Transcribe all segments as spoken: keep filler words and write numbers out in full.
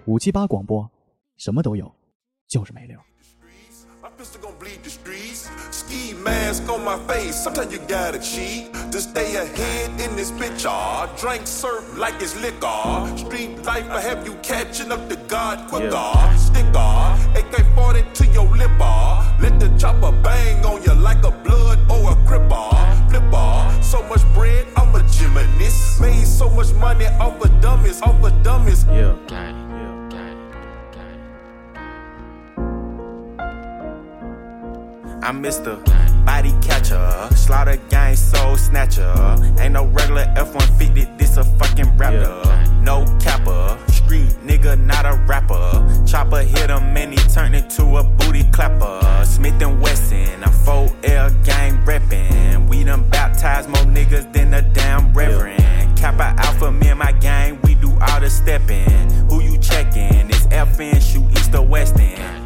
五七八广播，什么都有，就是没溜。 Pistol gon' bleed the streets. Ski mask on my face. Sometimes you gotta cheat to stay ahead in this bitch. Ah, drink surf like it's liquor. Street life will have you catching up to God quicker. Yeah. Sticker, A K forty to your lip. Ah, let the chopper bang on you like a blood or a cripper. Flipper, so much bread, I'm a gymnast. Made so much money off of dummies, off of dummies. Yeah. I'm Mister Body Catcher, Slaughter Gang Soul Snatcher. Ain't no regular F one fifty, this a fucking raptor. No capper, street nigga, not a rapper. Chopper hit him and he turned into a booty clapper. Smith and Wesson, I'm four L gang reppin'. We done baptized more niggas than a damn reverend. Kappa Alpha, me and my gang, we do all the steppin'. Who you checkin'? It's F N, shoot east or west end.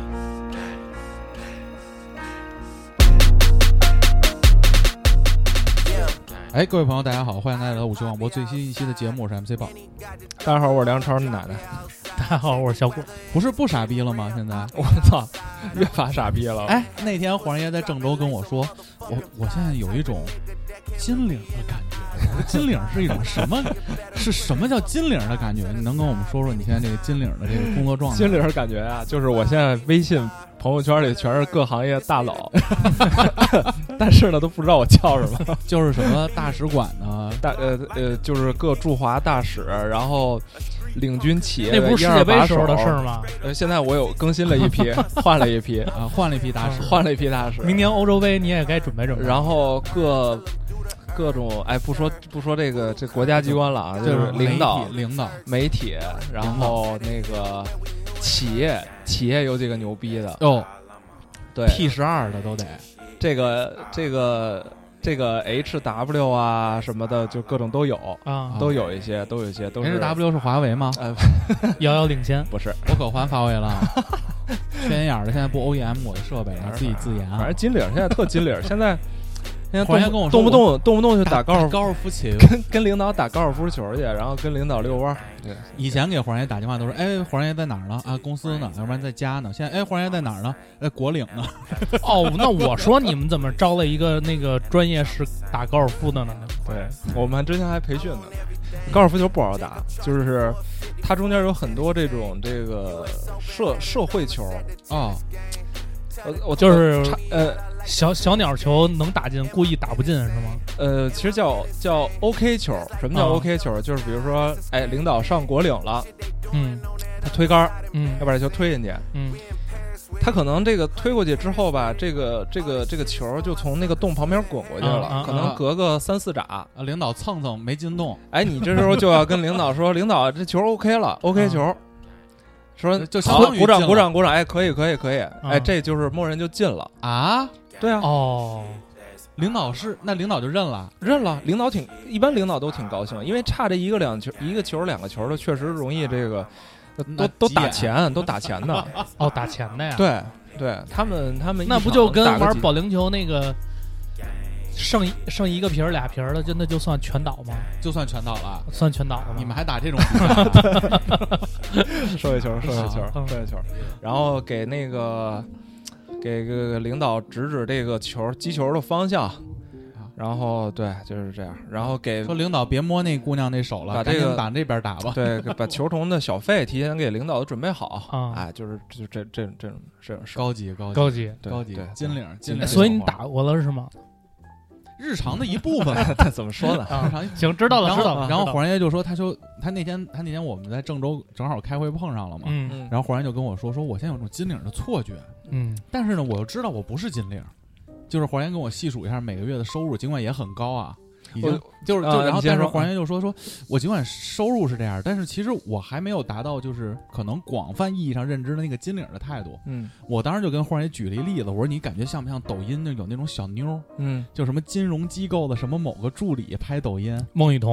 哎，各位朋友，大家好，欢迎大家来到五七广播最新一期的节目，我是 M C 豹。 大家好，我是梁超的奶奶。 大家好，我是小果。 不是不傻逼了吗？现在我操，越发傻逼了。 哎，那天黄爷在郑州跟我说，我我现在有一种金领的感觉。金领是一种什么？是什么叫金领的感觉？你能跟我们说说你现在这个金领的这个工作状态？ 金领的感觉啊，就是我现在微信朋友圈里全是各行业大佬，但是呢都不知道我叫什么， 就是什么大使馆呢， 大呃呃，就是各驻华大使，然后领军企业那不是世界杯时候的事吗？ 呃，现在我有更新了一批，换了一批啊，换了一批大使， 换了一批大使。 明年欧洲杯你也该准备准备。 然后各各种哎，不说不说这个这国家机关了啊，就是领导、 领导、 媒体，然后那个企业，企业有几个牛逼的哦， 对 P 十二的都得， 这个这个这个 H W 啊什么的，就各种都有啊， 都有一些，都有一些都是 H W 是华为吗？ 呃， 遥遥领先， 不是， 我可还华为了。缺心眼的现在不 O E M 我的设备了，自己自研。 反正金领现在特金领，现在。现在动动不动动不动就打高尔高尔夫球， 跟跟领导打高尔夫球去，然后跟领导遛弯。对， 以前给黄爷打电话都说，哎，黄爷在哪儿呢？啊，公司呢？要不然在家呢。现在，哎，黄爷在哪儿呢？哎，国领呢？ 哦，那我说你们怎么招了一个那个专业是打高尔夫的呢？ 对，我们之前还培训呢。高尔夫球不好打，就是它中间有很多这种这个社社会球啊。 呃，我就是呃。 小小鸟球能打进，故意打不进是吗？ 呃，其实叫叫 OK 球。什么叫 OK 球？啊、就是比如说，哎，领导上国领了， 嗯， 他推杆， 嗯， 要把这球推进去， 嗯， 他可能这个推过去之后吧，这个这个这个球就从那个洞旁边滚过去了， 啊啊、 可能隔个三四拃，啊， 领导蹭蹭没进洞， 哎，你这时候就要跟领导说，领导这球 OK 了 ，OK 球。啊说就相当于鼓掌鼓掌鼓掌，哎，可以可以可以， 嗯、 哎，这就是默认就进了啊。 对啊， 哦， 领导是那领导就认了， 认了。领导挺一般，领导都挺高兴，因为差这一个两球，一个球两个球的，确实容易这个都都打钱，都打钱的。 哦，打钱的呀？ 对对，他们他们那不就跟玩保龄球那个剩剩一个皮儿俩皮儿的，真的就算全倒吗？ 就算全倒了， 算全倒了吗？ 你们还打这种比赛？ 社会球，社会球，社会球，然后给那个。给这个领导指指这个球击球的方向，然后对就是这样，然后给说领导别摸那姑娘那手了， 把这个打这边打吧。 对，把球童的小费提前给领导准备好啊！ 哎，就是就这这这种这种事， 高级高级高级高级金领金领。 所以你打过了是吗？ 日常的一部分， 怎么说呢？ 啊、行，知道了，知道了。 然后黄爷就说，他说他那天他那天我们在郑州正好开会碰上了嘛， 嗯， 然后黄爷就跟我说，说我现在有种金领的错觉， 嗯， 但是呢，我又知道我不是金领，就是黄爷跟我细数一下每个月的收入，尽管也很高啊。已经就是就然后，但是黄爷就说说，我尽管收入是这样，但是其实我还没有达到就是可能广泛意义上认知的那个金领的态度。 嗯， 我当时就跟黄爷举了一例子，我说你感觉像不像抖音那有那种小妞？ 嗯， 就什么金融机构的什么某个助理拍抖音， 孟雨桐。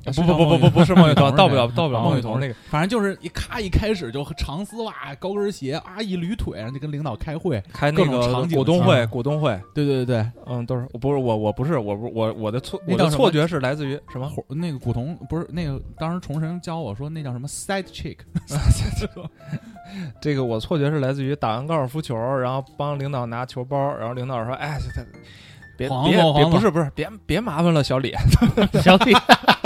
不不不不不不是孟羽童，到不了到不了孟羽童那个， 反正就是一咔一开始就长丝袜、高跟鞋啊，一捋腿，然后就跟领导开会， 开那个股东会，股东会， 对对对对， 嗯，都是不是我我不是我不我我的错我的错觉是来自于什么？ 那个古潼不是那个当时崇神教我说那叫什么 side chick， 这个我错觉是来自于打完高尔夫球，然后帮领导拿球包，然后领导说：“哎，别别别，不是不是，别别麻烦了，小李， 小李。”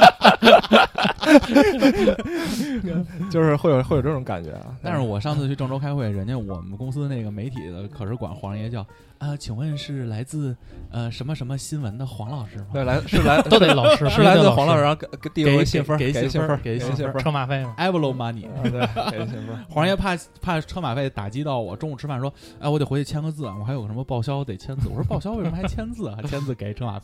就是会有会有这种感觉啊。 但是我上次去郑州开会，人家我们公司那个媒体的可是管黄爷叫啊，请问是来自呃什么什么新闻的黄老师吗？ 对，来是来都得老师， 是来自黄老师，然后给递个信分， 给信分， 给信分， 车马费嘛 ，Evelo money， 对，给信分。 黄爷怕怕车马费打击到我，中午吃饭说，哎，我得回去签个字，我还有个什么报销得签字。我说报销为什么还签字啊？签字给车马费。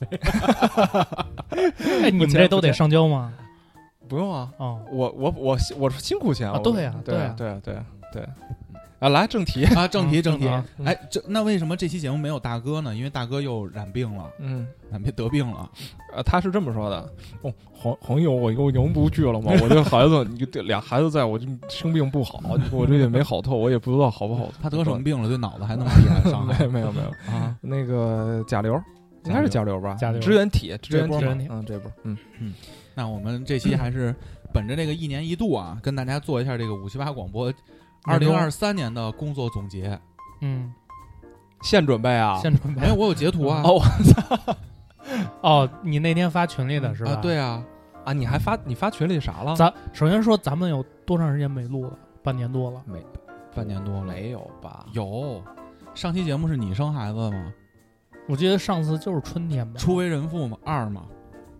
哎，你们这都得上交吗？ 不用啊， 哦， 我我我我辛苦钱啊，对呀， 对呀，对呀，对呀，对。啊，来正题啊，正题正题。哎，这那为什么这期节目没有大哥呢？因为大哥又染病了， 嗯， 染病得病了。 呃，他是这么说的：哦，黄黄友，我又赢不去了嘛。我这孩子，你就俩孩子在，我就生病不好，我这也没好透，我也不知道好不好。 他得什么病了？对脑子还那么厉害伤害？ 没有没有啊，那个甲流，应该是甲流吧？ 甲流， 支原体，支原体， 嗯，这波，嗯嗯。那我们这期还是本着这个一年一度啊，跟大家做一下这个五七八广播二零二三年的工作总结。 嗯， 现准备啊， 现准备。 哎，我有截图啊。 哦，我操！ 哦，你那天发群里的是吧？ 啊，对啊， 啊，你还发你发群里啥了？ 咱首先说，咱们有多长时间没录了？半年多了。 没， 半年多了没有吧？ 有。上期节目是你生孩子吗？ 我记得上次就是春天吧。 初为人父吗？二吗？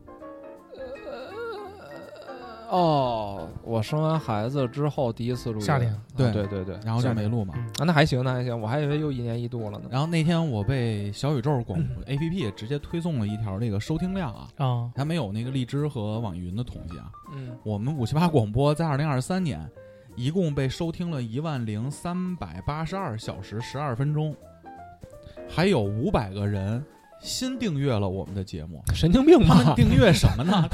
哦，我生完孩子之后第一次录， 夏天， 对对对对， 然后就没录嘛。 啊，那还行，那还行，我还以为又一年一度了呢。 然后那天我被小宇宙广播 A P P 直接推送了一条这个收听量啊， 啊， 它没有那个荔枝和网易云的统计啊。 嗯， 我们五七八广播在二零二三年一共被收听了一万零三百八十二小时十二分钟，还有五百个人新订阅了我们的节目， 神经病吗？订阅什么呢？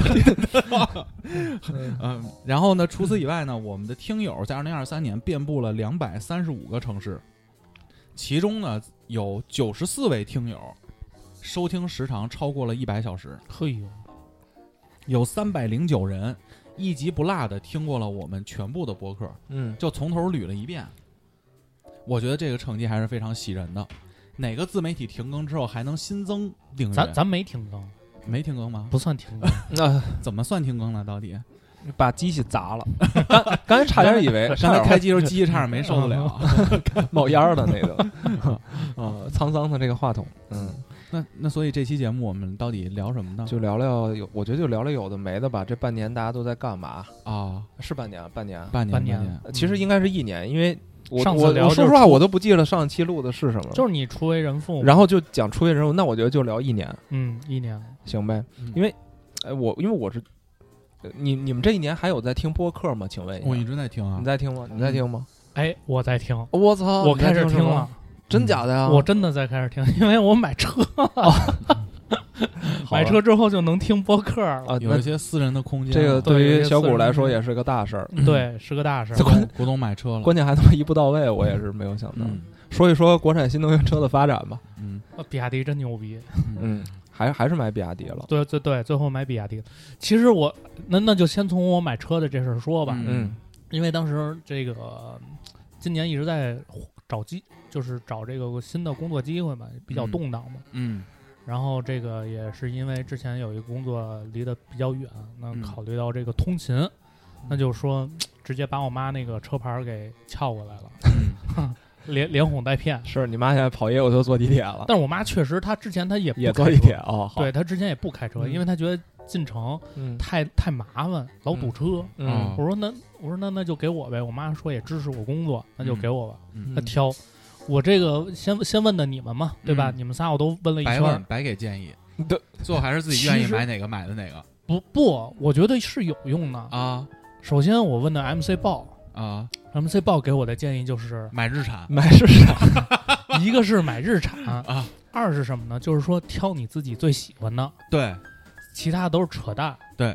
嗯，然后呢？除此以外呢，我们的听友在二零二三年遍布了两百三十五个城市，其中呢有九十四位听友收听时长超过了一百小时。 嘿呦， 有三百零九人一集不落的听过了我们全部的播客， 嗯， 就从头捋了一遍。我觉得这个成绩还是非常喜人的。哪个自媒体停更之后还能新增订阅？ 咱咱没停更， 没停更吗？ 不算停更。 那怎么算停更呢？到底把机器砸了？刚刚才差点以为， 刚才开机时候机器差点没受得了， 冒烟的那个啊，沧桑的这个话筒。嗯， 那那所以这期节目我们到底聊什么呢？ 就聊聊有，我觉得就聊聊有的没的吧。这半年大家都在干嘛啊？ 是半年，半年， 半年， 半年。 年其实应该是一年，因为。我上次聊我说实话，我都不记得上期录的是什么了。 就是你初为人父， 然后就讲初为人父，那我觉得就聊一年， 嗯，一年行呗。 嗯、 因为，哎，我因为我是，你你们这一年还有在听播客吗？请问一下， 我一直在听啊， 你在听吗？你在听吗？ 哎，我在听， 我操， 我开始听了， 真假的呀？ 我真的在开始听，因为我买车了。买车之后就能听播客了啊， 有一些私人的空间。 这个对于小谷来说也是个大事儿， 对，是个大事儿。 股东买车了， 关键还他妈一步到位，我也是没有想到。说一说国产新能源车的发展吧。 嗯， 比亚迪真牛逼。 嗯，还还是买比亚迪了。 对对对，最后买比亚迪。其实我那那就先从我买车的这事儿说吧。 嗯， 因为当时这个今年一直在找机，就是找这个新的工作机会嘛，比较动荡嘛。 嗯。 然后这个也是因为之前有一个工作离得比较远，那考虑到这个通勤，嗯、那就是说直接把我妈那个车牌给撬过来了，嗯、连连哄带骗。 是你妈现在跑业务都坐地铁了， 但是我妈确实她之前她也不也坐地铁哦， 对她之前也不开车，嗯、因为她觉得进城太、嗯、太麻烦，老堵车。 嗯， 我说那我说那那就给我呗，我妈说也支持我工作，那就给我吧，她、 嗯、 挑。我这个先先问的你们嘛，对吧？嗯、你们仨我都问了一圈， 白问白给建议， 对， 最后还是自己愿意买哪个买的哪个。 不不，我觉得是有用的啊。 首先我问的 M C 报啊 ，M C 报给我的建议就是买日产， 买日产， 一个是买日产啊， 二是什么呢？就是说挑你自己最喜欢的， 对， 其他都是扯淡， 对。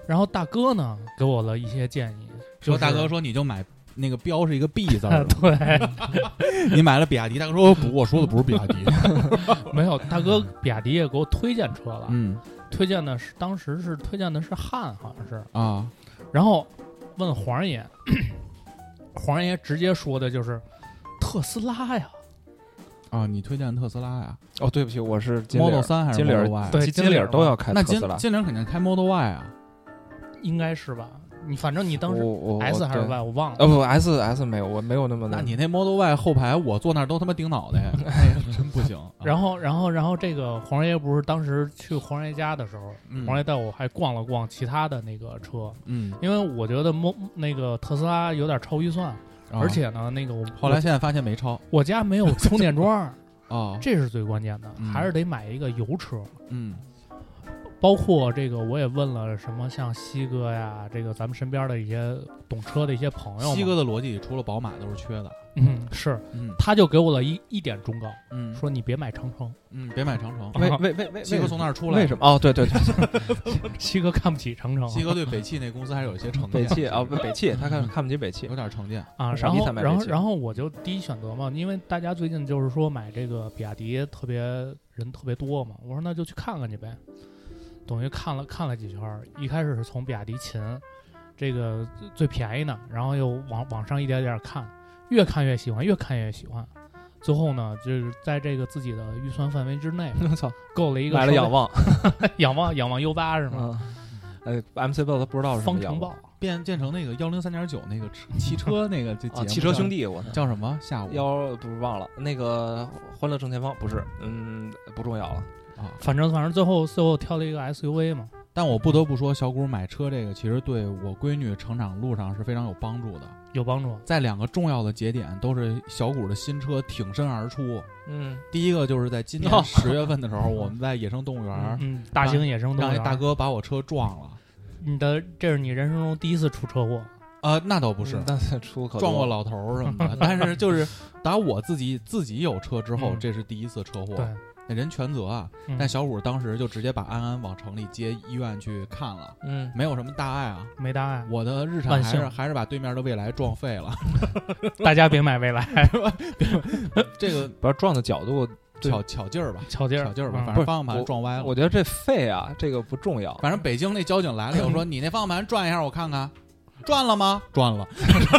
然后大哥呢给我了一些建议， 说大哥说你就买那个标是一个 B 字儿， 对， 你买了比亚迪，大哥说不，我说的不是比亚迪， 没有，大哥比亚迪也给我推荐车了， 嗯， 推荐的是当时是推荐的是汉，好像是啊， 然后问黄爷，黄爷直接说的就是特斯拉呀。 啊，你推荐特斯拉呀？ 哦，对不起，我是 Model 三还是 Model Y？ 对， 金领都要开特斯拉。 那金领肯定开 Model Y 啊， 应该是吧？你反正你当时我我 S 还是 Y， 我忘了。 哦不 ，S S 没有，我没有那么。 那你那 Model Y 后排，我坐那儿都他妈顶脑袋，真不行。 然后，然后，然后这个黄爷不是当时去黄爷家的时候， 嗯、 黄爷带我还逛了逛其他的那个车， 嗯， 因为我觉得摩那个特斯拉有点超预算， 哦、 而且呢，那个我后来现在发现没超， 我家没有充电桩。 哦， 这是最关键的， 嗯、 还是得买一个油车。 嗯， 包括这个我也问了什么像西哥呀，这个咱们身边的一些懂车的一些朋友。 西哥的逻辑里除了宝马都是缺的。 嗯，是， 嗯， 他就给我了一一点忠告， 嗯， 说你别买长城， 嗯，别买长城。 为为为为西哥从那儿出来， 为什么？哦，对对对， 西哥看不起长城。 西哥对北汽那公司还是有一些成见。 北汽啊，北汽他看看不起北汽， 有点成见啊。然后然后然后我就第一选择嘛，因为大家最近就是说买这个比亚迪特别人特别多嘛，我说那就去看看去呗。等于看了看了几圈，一开始是从比亚迪秦这个最便宜的，然后又往往上一点点看。越看越喜欢，越看越喜欢，最后呢，就是在这个自己的预算范围之内， 我操， 够了一个买了仰望， 仰望仰望 U 八是吗？ 呃 ，M C 八他不知道是什么方程豹变变成那个幺零三点九那个汽车那个啊，汽车兄弟，我叫什么？下午幺不是忘了那个欢乐正前方不是，嗯，不重要了啊，反正反正最后最后挑了一个 S U V 嘛。 但我不得不说，小谷买车这个其实对我闺女成长路上是非常有帮助的。 有帮助， 在两个重要的节点都是小谷的新车挺身而出。 嗯， 第一个就是在今年十月份的时候，我们在野生动物园， 嗯，大型野生动物园， 让一大哥把我车撞了。 你的这是你人生中第一次出车祸？ 呃，那倒不是， 那、嗯、出可撞过老头什么的，但是就是打我自己自己有车之后， 嗯、 这是第一次车祸。 对。 那人全责啊！ 嗯、 但小谷当时就直接把安安往城里接医院去看了， 嗯， 没有什么大碍啊， 没大碍。 我的日常还是还是把对面的蔚来撞废了。 大家别买蔚来， 这个不要撞的角度巧巧劲儿吧， 巧劲儿巧劲儿吧， 嗯、 反正方向盘撞歪了。 我觉得这废啊，这个不重要。 反正北京那交警来了以后说：“你那方向盘转一下，我看看。”转了吗？转了。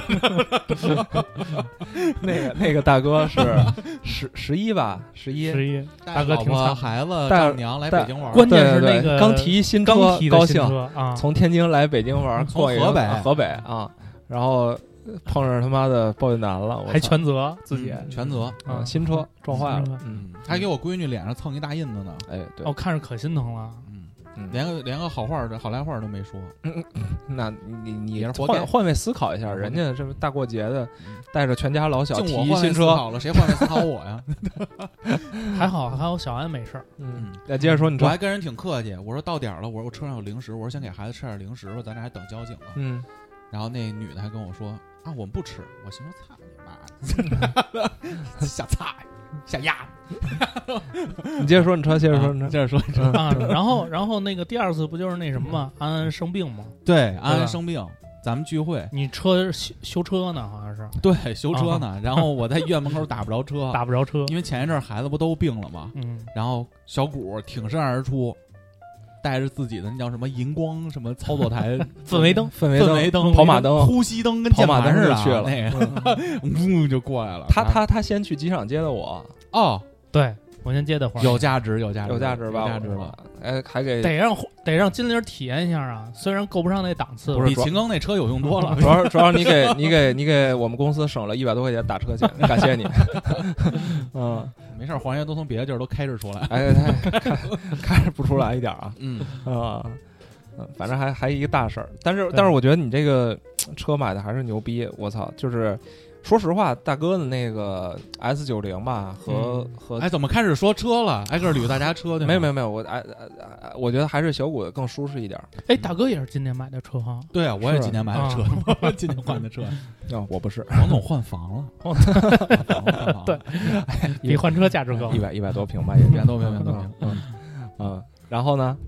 那个那个大哥是十十一吧，十一十一，大哥挺惨， 孩子丈娘来北京玩， 关键是那个刚提新车， 刚提高兴啊， 从天津来北京玩， 从河北河北啊，然后碰上他妈的报运男了， 还全责自己全责啊，新车撞坏了， 嗯，还给我闺女脸上蹭一大印子呢， 哎，对， 我看着可心疼了。 嗯，连个连个好话的好赖话都没说， 嗯嗯，那你你换换位思考一下，人家这么大过节的，带着全家老小提我新车， 好了，谁换位思考我呀？ 还好还有小安没事儿。 嗯，再接着说，你我还跟人挺客气，我说到点了，我说我车上有零食，我说先给孩子吃点零食吧，咱这还等交警呢。 嗯， 然后那女的还跟我说啊，我们不吃，我心说操你妈，下菜。下鸭， 你接着说，你车接着说，你接着说啊。然后，然后那个第二次不就是那什么吗？安安生病吗？ 对，安安生病，咱们聚会， 你车修修车呢，好像是。 对，修车呢。然后我在医院门口打不着车， 打不着车， 因为前一阵孩子不都病了吗？ 嗯。 然后小谷挺身而出，带着自己的那叫什么荧光什么操作台、 氛围灯、 氛围灯、 灯、 跑马灯、 呼吸灯跟键盘似的去了， 那个，呜就过来了。 他他他先去机场接的我。 哦，对，我先接的有价值，有价值， 有价值吧？ 有价值了。 哎，还给得让得让金玲体验一下啊！虽然够不上那档次， 不是比秦庚那车有用多了。 主要主要你给你给你给我们公司省了一百多块钱打车钱，感谢你。嗯， 没事，黄爷都从别的地儿都开着出来。 哎，开开着不出来一点啊。 嗯啊。嗯，反正还还一个大事儿，但是但是我觉得你这个车买的还是牛逼，我操！就是说实话，大哥的那个 S 九十 吧，和、嗯、和哎，怎么开始说车了？挨个捋大家车去？ 没有没有没有，我哎哎，我觉得还是小谷更舒适一点。 哎，大哥也是今年买的车哈？ 对啊，我也今年买的车，啊、今年换的车。 哦，我不是， 王总换房了。 换房对，比换车价值高， 一百一百多平吧，也一百多平，一百多平。 嗯嗯，然后呢？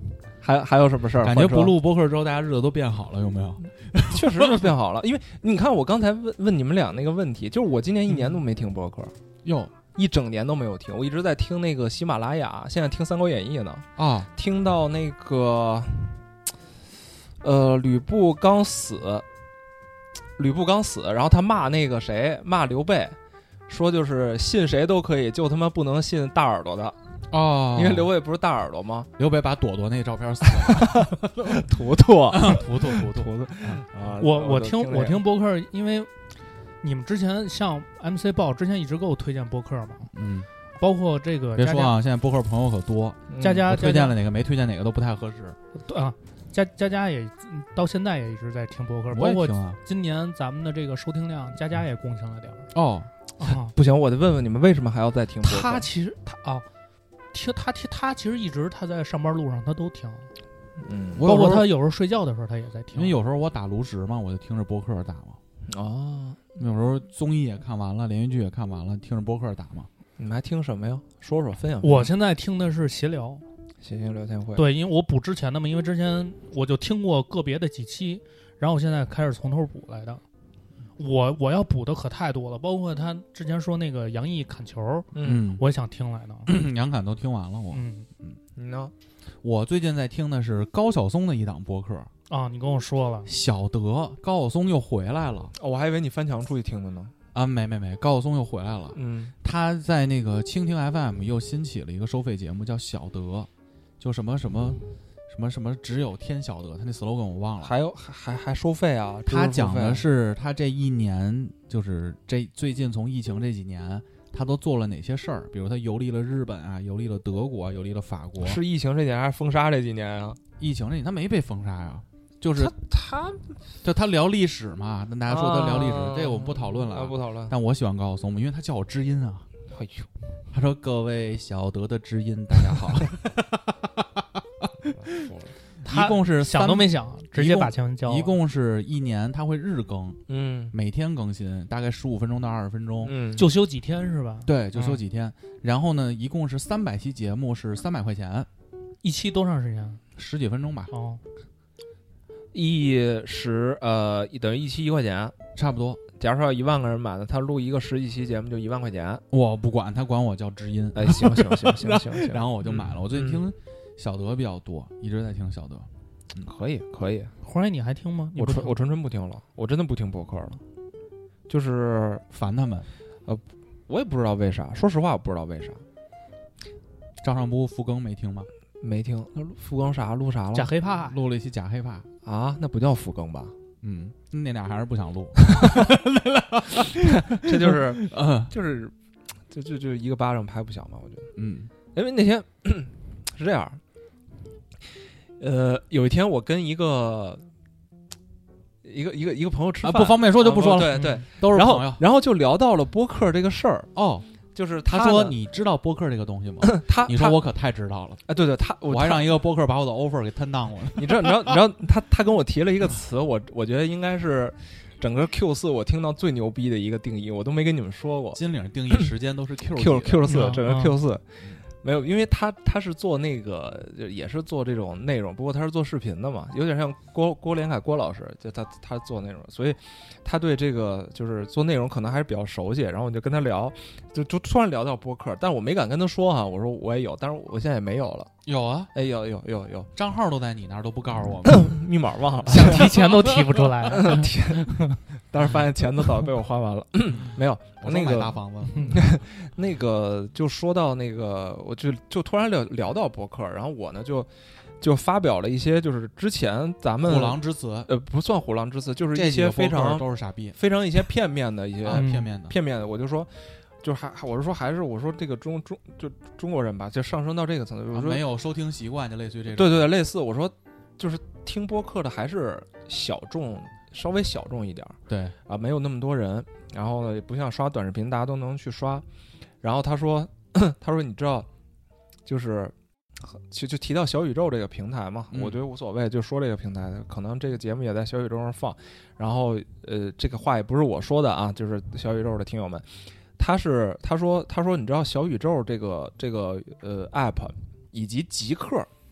还还有什么事儿？ 感觉不录播客之后，大家日子都变好了，有没有？ 确实是变好了，因为你看我刚才问问你们俩那个问题，就是我今年一年都没听播客， 哟、嗯， 一整年都没有听，我一直在听那个喜马拉雅，现在听《三国演义》呢啊， 听到那个呃吕布刚死，吕布刚死，然后他骂那个谁，骂刘备，说就是信谁都可以，就他妈不能信大耳朵的。 哦， 因为刘备不是大耳朵吗？ 刘备把朵朵那个照片撕了， 图图图图图图图啊！我我听我听播客，因为你们之前像 M C 报之前一直给我推荐播客嘛， 嗯， 包括这个别说啊，现在播客朋友可多， 佳佳推荐了哪个没推荐哪个都不太合适。 对啊，佳佳佳也到现在也一直在听播客，包括今年咱们的这个收听量，佳佳也贡献了点儿。 哦， 啊，不行，我得问问你们为什么还要再听播客？ 他其实他啊。听他听他其实一直他在上班路上他都听， 嗯， 包括他有时候睡觉的时候他也在听， 因为有时候我打炉石嘛，我就听着播客打嘛。 哦， 有时候综艺也看完了，连续剧也看完了，听着播客打嘛。 你们还听什么呀？说说分享。 我现在听的是闲聊， 闲闲聊天会。 对，因为我补之前的嘛，因为之前我就听过个别的几期，然后我现在开始从头补来的。我我要补的可太多了，包括他之前说那个杨毅砍球， 嗯， 我也想听来的。 杨砍都听完了，我， 嗯嗯，你呢？ 我最近在听的是高晓松的一档播客啊，你跟我说了， 小德高晓松又回来了， 哦，我还以为你翻墙出去听的呢。 啊，没没没，高晓松又回来了， 嗯， 他在那个蜻蜓 F M 又新起了一个收费节目，叫小德，就什么什么。什么什么只有天晓得，他那 slogan 我忘了。 还有还还还收费啊？ 他讲的是他这一年，就是这最近从疫情这几年，他都做了哪些事儿？比如他游历了日本啊，游历了德国，游历了法国。 是疫情这几年还是封杀这几年啊？ 疫情这几年他没被封杀呀，就是他他就他聊历史嘛，跟大家说他聊历史， 啊、 这个我们不讨论了、 啊，不讨论。 但我喜欢高晓松嘛，因为他叫我知音啊。 哎呦， 他说各位小德的知音，大家好。一共是想都没想，直接把钱交了。 一共是一年，他会日更， 嗯， 每天更新，大概十五分钟到二十分钟， 嗯， 就休几天是吧？ 对，就休几天。嗯、然后呢，一共是三百期节目，是三百块钱， 一期多长时间？ 十几分钟吧。 哦， 一十呃等于一期一块钱， 差不多。 假如说要一万个人买的，他录一个十几期节目就一万块钱。 我不管，他管我叫知音。 哎，行行行行行行。 然后我就买了。我最近听。 嗯小德比较多，一直在听小德， 嗯，可以可以。 后来你还听吗？ 我纯我纯纯不听了，我真的不听播客了，就是烦他们。 呃，我也不知道为啥，说实话我不知道为啥。 照上不复更没听吗？ 没听，复更啥录啥了？ 假黑怕， 录了一期假黑怕啊，那不叫复更吧？ 嗯，那俩还是不想录。 这就是，嗯，就是，就就就一个巴掌拍不响嘛，我觉得。 嗯， 因为那天。是这样，呃，有一天我跟一个一个一个一个朋友吃饭， 啊、不方便说就不说了。 啊、对对、嗯， 都是朋友。 然后然后就聊到了播客这个事儿。 哦， 就是他说你知道播客这个东西吗？ 他你说我可太知道了。 哎，对对，他我还让一个播客把我的 offer 给摊当过了。 你知道你知道你知道他他跟我提了一个词，我我觉得应该是整个 Q 四我听到最牛逼的一个定义，我都没跟你们说过。 金领定义时间都是 Q Q Q 四，整个 Q 四。 嗯没有，因为他他是做那个，也是做这种内容，不过他是做视频的嘛，有点像郭郭连凯郭老师，就他他做内容，所以他对这个就是做内容可能还是比较熟悉。然后我就跟他聊，就就突然聊到播客，但我没敢跟他说哈，我说我也有，但是我现在也没有了。 有啊， 哎，有有有有， 账号都在你那儿，都不告诉我们， 密码忘了， 想提钱都提不出来。 当时发现钱都早被我花完了，没有。 我那个大房子， 那个就说到那个，我就就突然聊聊到播客，然后我呢就就发表了一些，就是之前咱们虎狼之词， 呃，不算虎狼之词，就是一些非常都是傻逼， 非常一些片面的一些、 啊、片面的片面的，我就说。就还我是说还是我说这个中中就中国人吧，就上升到这个层次，我说、 啊、没有收听习惯，就类似于这种。 对对对，类似我说就是听播客的还是小众，稍微小众一点。 对啊，没有那么多人，然后呢也不像刷短视频大家都能去刷。然后他说他说你知道就是就就提到小宇宙这个平台嘛、嗯，我觉得无所谓，就说这个平台，可能这个节目也在小宇宙上放。然后呃这个话也不是我说的啊，就是小宇宙的听友们。他是他说他说你知道小宇宙这个这个呃 app 以及极客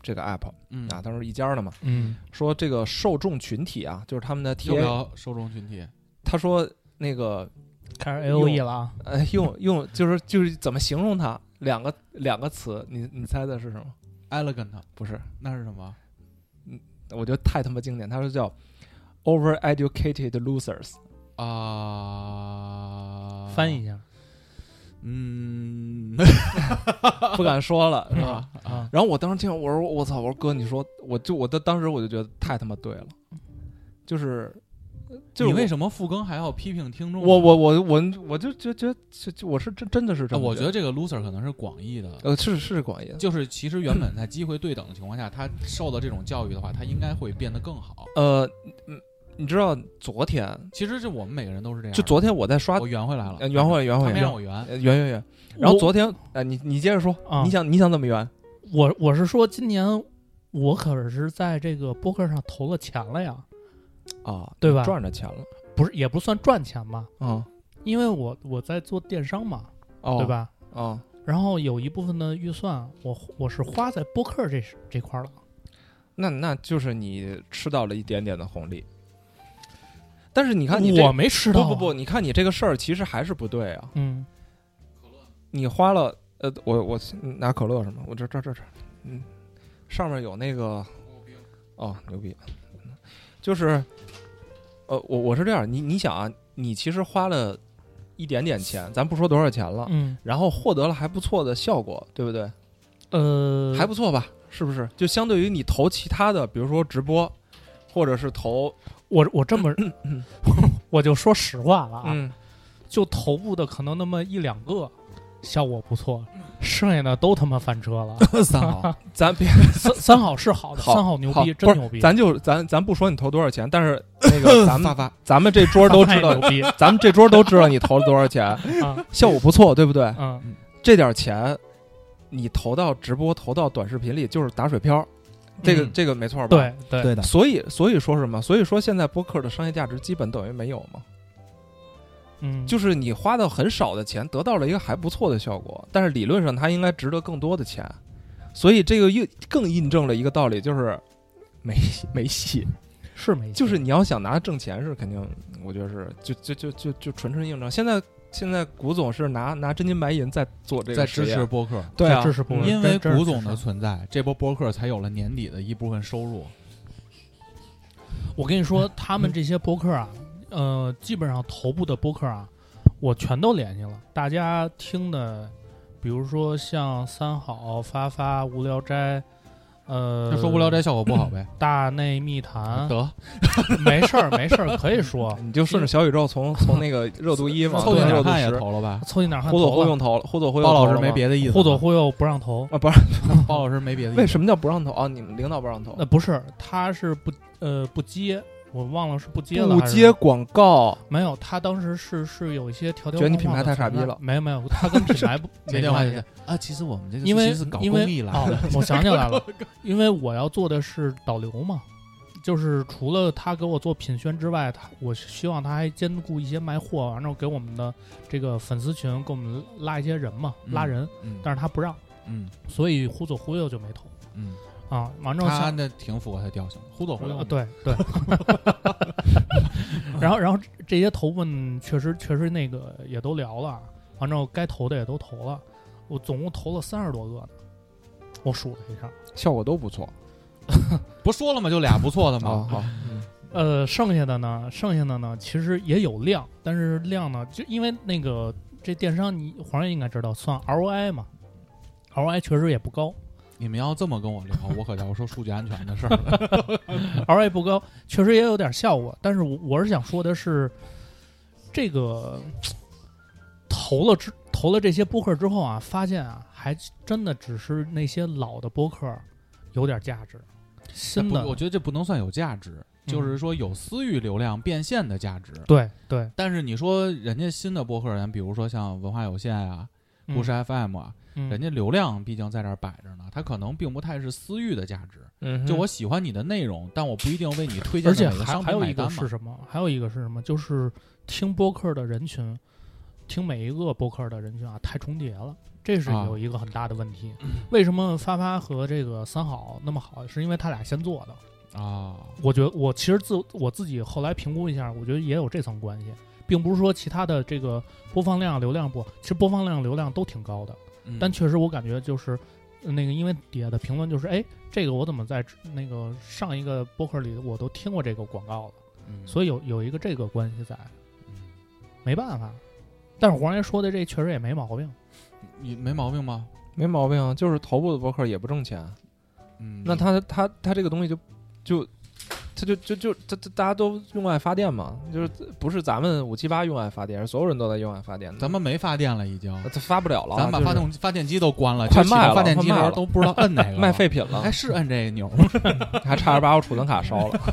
这个 app， 嗯啊，当时一家的嘛， 嗯， 说这个受众群体啊，就是他们的 T A， 又聊受众群体， 他说那个开始 A O E 了啊， 呃，用用就是就是怎么形容它？两个两个词，你你猜的是什么 ？elegant 不是， 那是什么？ 嗯，我觉得太他妈经典，他说叫 overeducated losers 啊， 翻译一下。 嗯， 不敢说了，是吧？ 啊， 然后我当时听，我说我操，我说哥，你说，我就我的当时我就觉得太他妈对了，就是就是你为什么复更还要批评听众？ 我我我我我就觉觉得我是真真的是这么我觉得这个 loser 可能是广义的， 呃是是广义的， 就是其实原本在机会对等的情况下，他受到这种教育的话，他应该会变得更好。 呃嗯。你知道昨天， 其实是我们每个人都是这样。 就昨天我在刷， 我圆回来了， 呃、圆回来，圆回来， 他没让我圆， 圆圆圆。然后昨天，呃，你你接着说， 啊、 你想你想怎么圆？ 我我是说，今年我可是在这个播客上投了钱了呀， 啊， 对吧？ 赚着钱了， 不是也不算赚钱吧？ 啊、嗯， 因为我我在做电商嘛， 哦、 对吧？ 啊、哦， 然后有一部分的预算，我我是花在播客这这块了。 那那就是你吃到了一点点的红利。但是你看你， 我没吃到、啊， 不不不，你看你这个事儿其实还是不对啊。 嗯， 你花了呃，我我拿可乐什么？我这这这这，嗯，上面有那个，哦，牛逼，就是呃，我我是这样，你你想啊，你其实花了一点点钱，咱不说多少钱了， 嗯， 然后获得了还不错的效果，对不对？ 呃， 还不错吧？是不是？就相对于你投其他的，比如说直播，或者是投。 我我这么，我就说实话了啊， 嗯、 就头部的可能那么一两个效果不错，剩下的都他妈翻车了。 三好， 咱别三三好是好的， 好三好牛逼，真牛逼。 咱就咱咱不说你投多少钱，但是那个咱们发发咱们这桌都知道牛逼， 咱们这桌都知道你投了多少钱， 啊、 效果不错，对不对？ 嗯， 这点钱你投到直播、投到短视频里就是打水漂。这个、嗯、这个没错吧？ 对对对的。 所以所以说什么？所以说现在播客的商业价值基本等于没有嘛。 嗯， 就是你花到很少的钱，得到了一个还不错的效果，但是理论上它应该值得更多的钱。所以这个又更印证了一个道理，就是没没戏， 是没戏。 就是你要想拿挣钱是肯定，我觉得是就就就就就纯纯印证。现在。现在古总是拿拿真金白银在做这个， 在支持播客， 对啊， 支持播客， 因为古总的存在，这波播客才有了年底的一部分收入。 我跟你说，他们这些播客啊，呃，基本上头部的播客啊，我全都联系了。大家听的，比如说像三好、发发、无聊斋。呃， 就说无聊斋效果不好呗。 大内密谈得， 没事儿没事儿，可以说， 你就顺着小宇宙从从那个热度一嘛， 凑近点看也投了吧， 凑近点看， 忽左忽右投了，忽左忽右。 包老师没别的意思， 忽左忽右不让投啊，不是， 包老师没别的意思。 为什么叫不让投啊？你们领导不让投？ 那不是，他是不呃不接。我忘了是不接了， 不接广告没有。他当时是是有一些条条觉得你品牌太傻逼了， 没有没有，他跟品牌不没关系啊。其实我们这个因为是搞因为公益了、 哦，我想起来了，因为我要做的是导流嘛，就是除了他给我做品宣之外，他我希望他还兼顾一些卖货，然后给我们的这个粉丝群给我们拉一些人嘛， 嗯、 拉人、 嗯， 但是他不让， 嗯， 所以忽左忽右就没投， 嗯。 啊，完之后他那挺符合他调性，忽左忽右。 对对。然后，然后这些头们确实确实那个也都聊了，完之后该投的也都投了，我总共投了三十多个呢，我数了一下， 效果都不错。 不说了吗？就俩不错的吗？ 好， 嗯，呃，剩下的呢，剩下的呢，其实也有量，但是量呢，就因为那个这电商，你黄爷应该知道，算 R O I 嘛 ，R O I 确实也不高。 你们要这么跟我聊，我可要说数据安全的事儿了。 R O I 不高，确实也有点效果，但是我我是想说的是，这个投了之投了这些播客之后啊，发现啊，还真的只是那些老的播客有点价值，新的我觉得这不能算有价值，就是说有私域流量变现的价值。 对对， 但是你说人家新的播客人，比如说像文化有限啊、故事 F M 啊。 嗯、 人家流量毕竟在这儿摆着呢，它可能并不太是私域的价值。 嗯， 就我喜欢你的内容，但我不一定为你推荐而且哪个商品还有一个买单嘛。 是什么？还有一个是什么？就是听播客的人群，听每一个播客的人群啊，太重叠了。 这是有一个很大的问题。啊、为什么发发和这个三好那么好？是因为他俩先做的啊。 我觉得我其实自我自己后来评估一下，我觉得也有这层关系，并不是说其他的这个播放量、流量不，其实播放量、流量都挺高的，嗯、但确实我感觉就是那个，因为底下的评论就是，哎，这个我怎么在那个上一个播客里我都听过这个广告了，嗯、所以有有一个这个关系在，嗯、没办法。但是黄爷说的这确实也没毛病。 你没毛病吗？ 没毛病，就是头部的博客也不挣钱。嗯，那他他他这个东西就就他就就就他大家都用爱发电嘛，就是不是咱们五七八用爱发电，所有人都在用爱发电。 咱们没发电了，已经， 他发不了了。 咱把发动、就是、发电机都关了， 快卖了， 发电机的都不知道摁哪个， 卖废品了。 还是摁这个钮， 还差点把我储存卡烧了。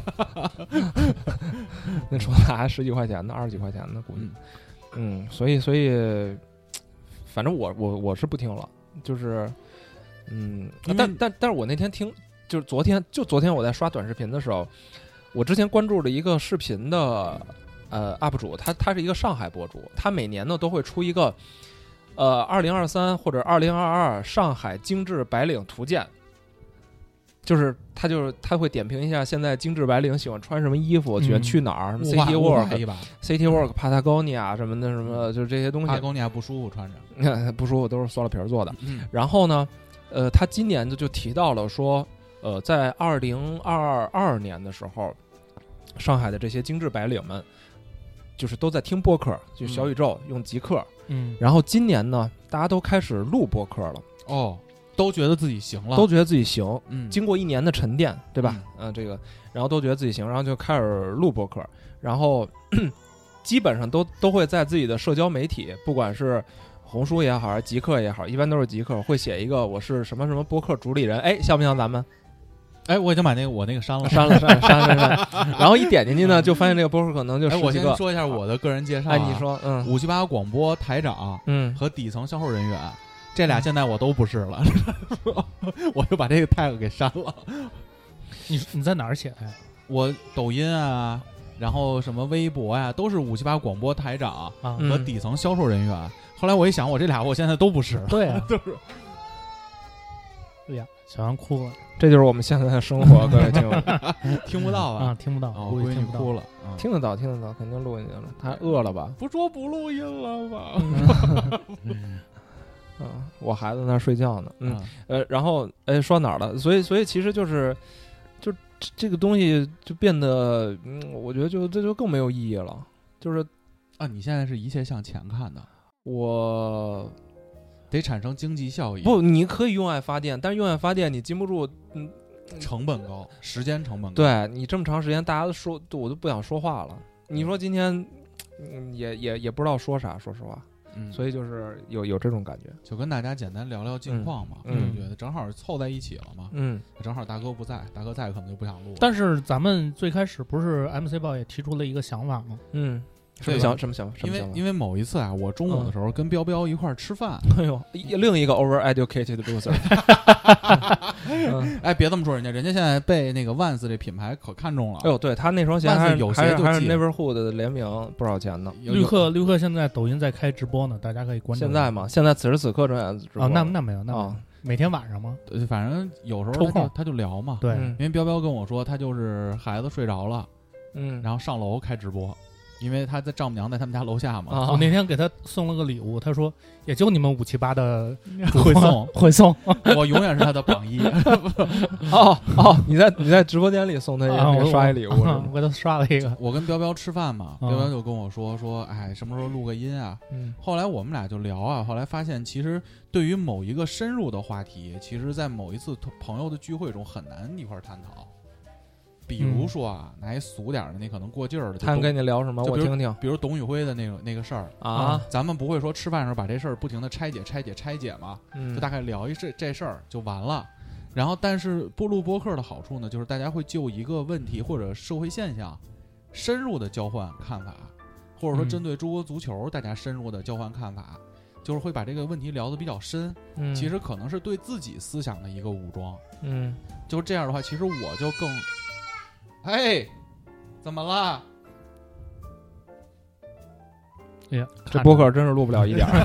那储存卡还十几块钱呢，二十几块钱呢，估计。嗯，所以所以。反正我我我是不听了，就是，嗯，但但但是我那天听，就是昨天就昨天我在刷短视频的时候，我之前关注了一个视频的呃 U P 主，他他是一个上海博主，他每年呢都会出一个呃二零二三或者二零二二上海精致白领图鉴。就是他就是他会点评一下现在精致白领喜欢穿什么衣服，喜欢去哪儿，什么 City Walk、City Walk、Patagonia 什么的什么，就是这些东西。 Patagonia 不舒服穿着， 不舒服，都是塑料皮做的。 嗯。 然后呢，呃，他今年就就提到了说，呃，在二零二二年的时候，上海的这些精致白领们，就是都在听播客，就小宇宙、嗯、用极客。 嗯。 然后今年呢，大家都开始录播客了。 哦。都觉得自己行了， 都觉得自己行， 嗯， 经过一年的沉淀，对吧？ 嗯， 呃，这个，然后都觉得自己行，然后就开始录播客，然后基本上都都会在自己的社交媒体，不管是红书也好，还是极客也好，一般都是极客，会写一个我是什么什么播客主理人，哎，像不像咱们？ 哎，我已经把那个我那个删了， 删了，删了，删了，删了。然后一点进去呢，就发现这个播客可能就十几个。 哎，我先说一下我的个人介绍、啊。 哎，你说，嗯， 五七八广播台长， 嗯， 和底层销售人员。这俩现在我都不是了，我就把这个 tag 给删了。 你你在哪儿写的呀？ 我抖音啊，然后什么微博呀、啊，都是五七八广播台长和底层销售人员。嗯、后来我一想，我这俩我现在都不是了。 对啊， 都是。 对呀，小杨哭了。 这就是我们现在的生活，各位听友听不到啊，听不到， 我闺女哭了， 嗯、 听得到，听得到，肯定录进去了。他饿了吧？ 不说不录音了吧？ 嗯嗯，我孩子那睡觉呢，嗯，呃，然后，哎，说哪儿了？所以，所以其实就是，就这个东西就变得，嗯，我觉得就这就更没有意义了。就是啊，你现在是一切向钱看的， 我得产生经济效益。 不，你可以用爱发电，但是用爱发电你禁不住，嗯， 成本高，时间成本高。 对你这么长时间，大家都说，我都不想说话了。你说今天，嗯，也也也不知道说啥，说实话。 嗯， 所以就是有有这种感觉， 就跟大家简单聊聊近况嘛。 嗯， 觉得正好凑在一起了嘛。 嗯， 正好大哥不在，大哥在可能就不想录。 但是咱们最开始不是 M C 报也提出了一个想法吗？ 嗯，什么想什么想法？ 因为因为某一次啊，我中午的时候跟彪彪一块儿吃饭， 哎呦，另一个 over-educated loser。 哎，别这么说人家，人家现在被那个 Vans 这品牌可看中了。 哎呦，对他那双鞋还是有鞋还是 Neighborhood 的联名，不少钱呢。 绿客绿客现在抖音在开直播呢，大家可以关注。 现在吗？现在此时此刻正在直播。 啊，那那没有，那没有。每天晚上吗？ 呃，反正有时候抽空他就聊嘛。 对， 因为彪彪跟我说，他就是孩子睡着了， 嗯， 然后上楼开直播。因为他在丈母娘在他们家楼下嘛， 啊、我那天给他送了个礼物，他说也就你们五七八的会送会送， 我永远是他的榜一。 哦哦，你在你在直播间里送他一个刷一礼物， 啊、我给他刷了一个。 我跟彪彪吃饭嘛，彪彪就跟我说说，哎，什么时候录个音啊？ 嗯， 后来我们俩就聊啊，后来发现其实对于某一个深入的话题，其实在某一次朋友的聚会中很难一块儿探讨。比如说啊，拿一俗点的，那可能过劲儿的。 他跟你聊什么？我听听。 比如董宇辉的那个那个事儿啊， 咱们不会说吃饭的时候把这事儿不停的拆解、拆解、拆解嘛， 嗯， 就大概聊一这这事儿就完了。然后，但是播录播客的好处呢，就是大家会就一个问题或者社会现象深入的交换看法，或者说针对中国足球大家深入的交换看法，嗯、就是会把这个问题聊得比较深。 嗯， 其实可能是对自己思想的一个武装。 嗯， 就是这样的话，其实我就更。哎，怎么了？ 呀， 这播客真是录不了一点儿。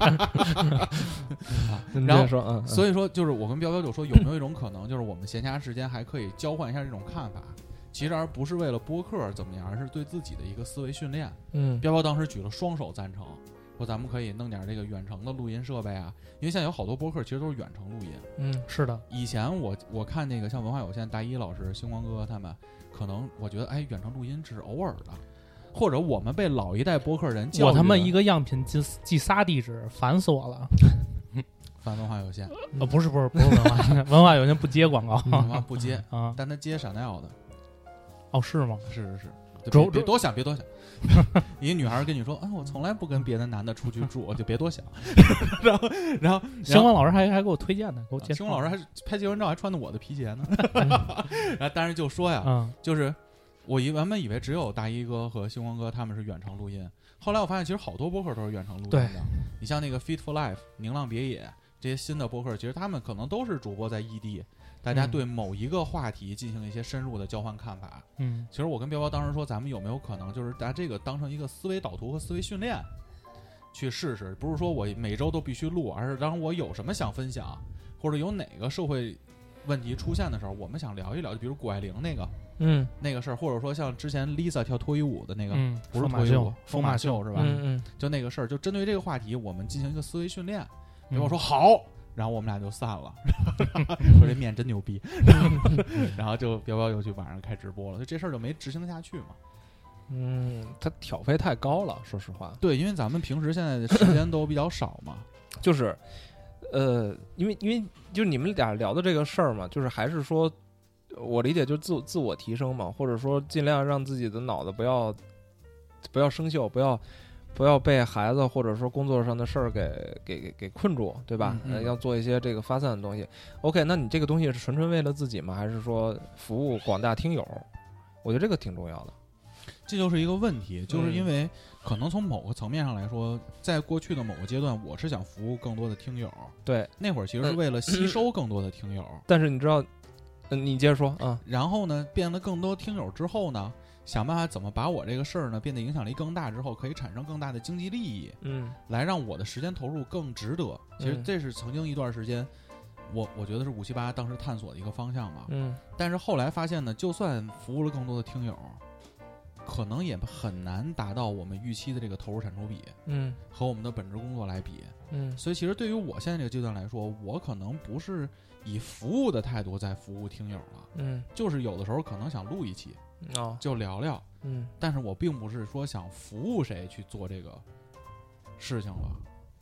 然后说，嗯， 所以说就是我跟彪彪就说，有没有一种可能，就是我们闲暇时间还可以交换一下这种看法，其实而不是为了播客怎么样，而是对自己的一个思维训练。 嗯， 彪彪当时举了双手赞成，说咱们可以弄点这个远程的录音设备啊，因为现在有好多播客其实都是远程录音。 嗯，是的。 以前我我看那个像文化有限大一老师、星光哥他们，可能我觉得哎，远程录音只是偶尔的。或者我们被老一代播客人教育， 我他妈一个样品记记仨地址，烦死我了。 烦文化有限， 呃，不是不是不是文化，文化有限不接广告， 文化不接啊， 但他接闪耀的。 哦，是吗？ 是是是，别别多想，别多想。一个女孩跟你说，啊，我从来不跟别的男的出去住，就别多想。然后然后星光老师还还给我推荐呢，给我介绍。 星光老师还是拍结婚照还穿的我的皮鞋呢。然后但是就说呀， 嗯、 就是。我原本以为只有大一哥和星光哥他们是远程录音，后来我发现其实好多播客都是远程录音的。你像那个 Fit for Life、宁浪别野这些新的播客，其实他们可能都是主播在异地，大家对某一个话题进行一些深入的交换看法。 嗯， 其实我跟彪彪当时说，咱们有没有可能就是拿这个当成一个思维导图和思维训练去试试？不是说我每周都必须录，而是当我有什么想分享，或者有哪个社会问题出现的时候，我们想聊一聊，就比如谷爱凌那个。 嗯， 那个事儿，或者说像之前 Lisa 跳脱衣舞的那个， 嗯、 不是脱衣舞，疯马秀是吧？ 嗯嗯， 就那个事儿，就针对这个话题，我们进行一个思维训练。 嗯、 然后我说好，然后我们俩就散了。说这面真牛逼，然后就彪彪又去晚上开直播了，所以这事儿就没执行下去嘛。 嗯，他挑费太高了，说实话。 对，因为咱们平时现在的时间都比较少嘛， 就是，呃，因为因为就是你们俩聊的这个事儿嘛，就是还是说。我理解就是自自我提升嘛，或者说尽量让自己的脑子不要不要生锈，不要不要被孩子或者说工作上的事儿给给给给困住，对吧？ 嗯嗯、 呃，要做一些这个发散的东西。OK， 那你这个东西是纯纯为了自己吗？还是说服务广大听友？我觉得这个挺重要的。 这就是一个问题，就是因为可能从某个层面上来说，在过去的某个阶段，我是想服务更多的听友， 对， 那会儿其实是为了吸收更多的听友。 嗯、但是你知道。嗯，你接着说啊。 然后呢，变了更多听友之后呢，想办法怎么把我这个事儿呢变得影响力更大之后，可以产生更大的经济利益， 嗯， 来让我的时间投入更值得。其实这是曾经一段时间，我我觉得是五七八当时探索的一个方向嘛。 嗯。 但是后来发现呢，就算服务了更多的听友，可能也很难达到我们预期的这个投入产出比， 嗯， 和我们的本职工作来比， 嗯。 所以其实对于我现在这个阶段来说，我可能不是。以服务的态度在服务听友了， 嗯， 就是有的时候可能想录一期， 哦， 就聊聊， 嗯， 但是我并不是说想服务谁去做这个事情了。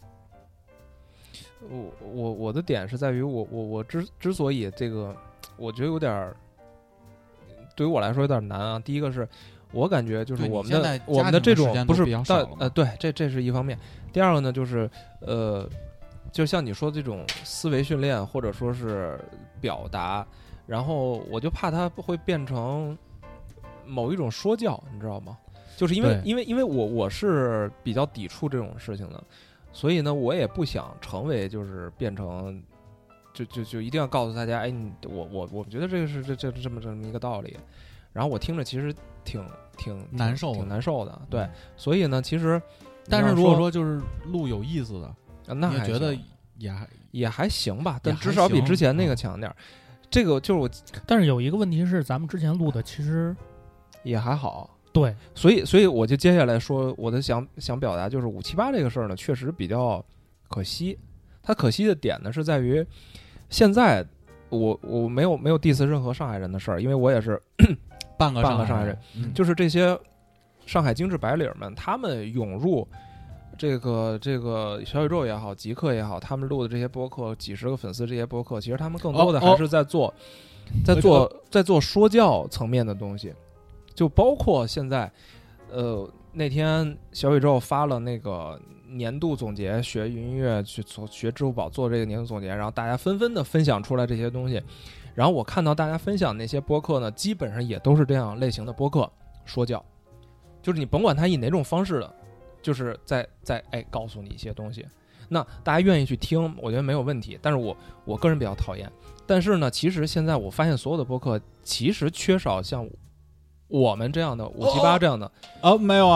我我我的点是在于我我我之之所以这个，我觉得有点，对于我来说有点难啊。第一个是我感觉就是我们的我们的这种不是但呃对，这这是一方面。第二个呢就是呃。就像你说这种思维训练，或者说是表达，然后我就怕它会变成某一种说教，你知道吗？就是因为因为因为我我是比较抵触这种事情的，所以呢，我也不想成为就是变成就就就一定要告诉大家，哎，你我我我觉得这个是这这这么这么一个道理，然后我听着其实挺挺难受， 挺难受的，对，所以呢，其实但是如果说就是录有意思的。 啊、那还觉得也还也还行吧，但至少比之前那个强点儿。这个就是我， 但是有一个问题是，咱们之前录的其实也还好。 对， 所以所以我就接下来说我的想想表达就是五七八这个事儿呢，确实比较可惜。它可惜的点呢是在于，现在我我没有没有 diss 任何上海人的事儿，因为我也是半个半个上海人， 嗯、 就是这些上海精致白领们，他们涌入。这个这个小宇宙也好，极客也好，他们录的这些播客，几十个粉丝这些播客，其实他们更多的还是在做， 哦哦、 在做在做说教层面的东西，就包括现在，呃，那天小宇宙发了那个年度总结，学云音乐去做学支付宝做这个年度总结，然后大家纷纷的分享出来这些东西，然后我看到大家分享那些播客呢，基本上也都是这样类型的播客，说教，就是你甭管他以哪种方式的。就是在在哎告诉你一些东西，那大家愿意去听，我觉得没有问题。但是我我个人比较讨厌。但是呢，其实现在我发现所有的播客其实缺少像我们这样的五七八这样的哦，没有啊，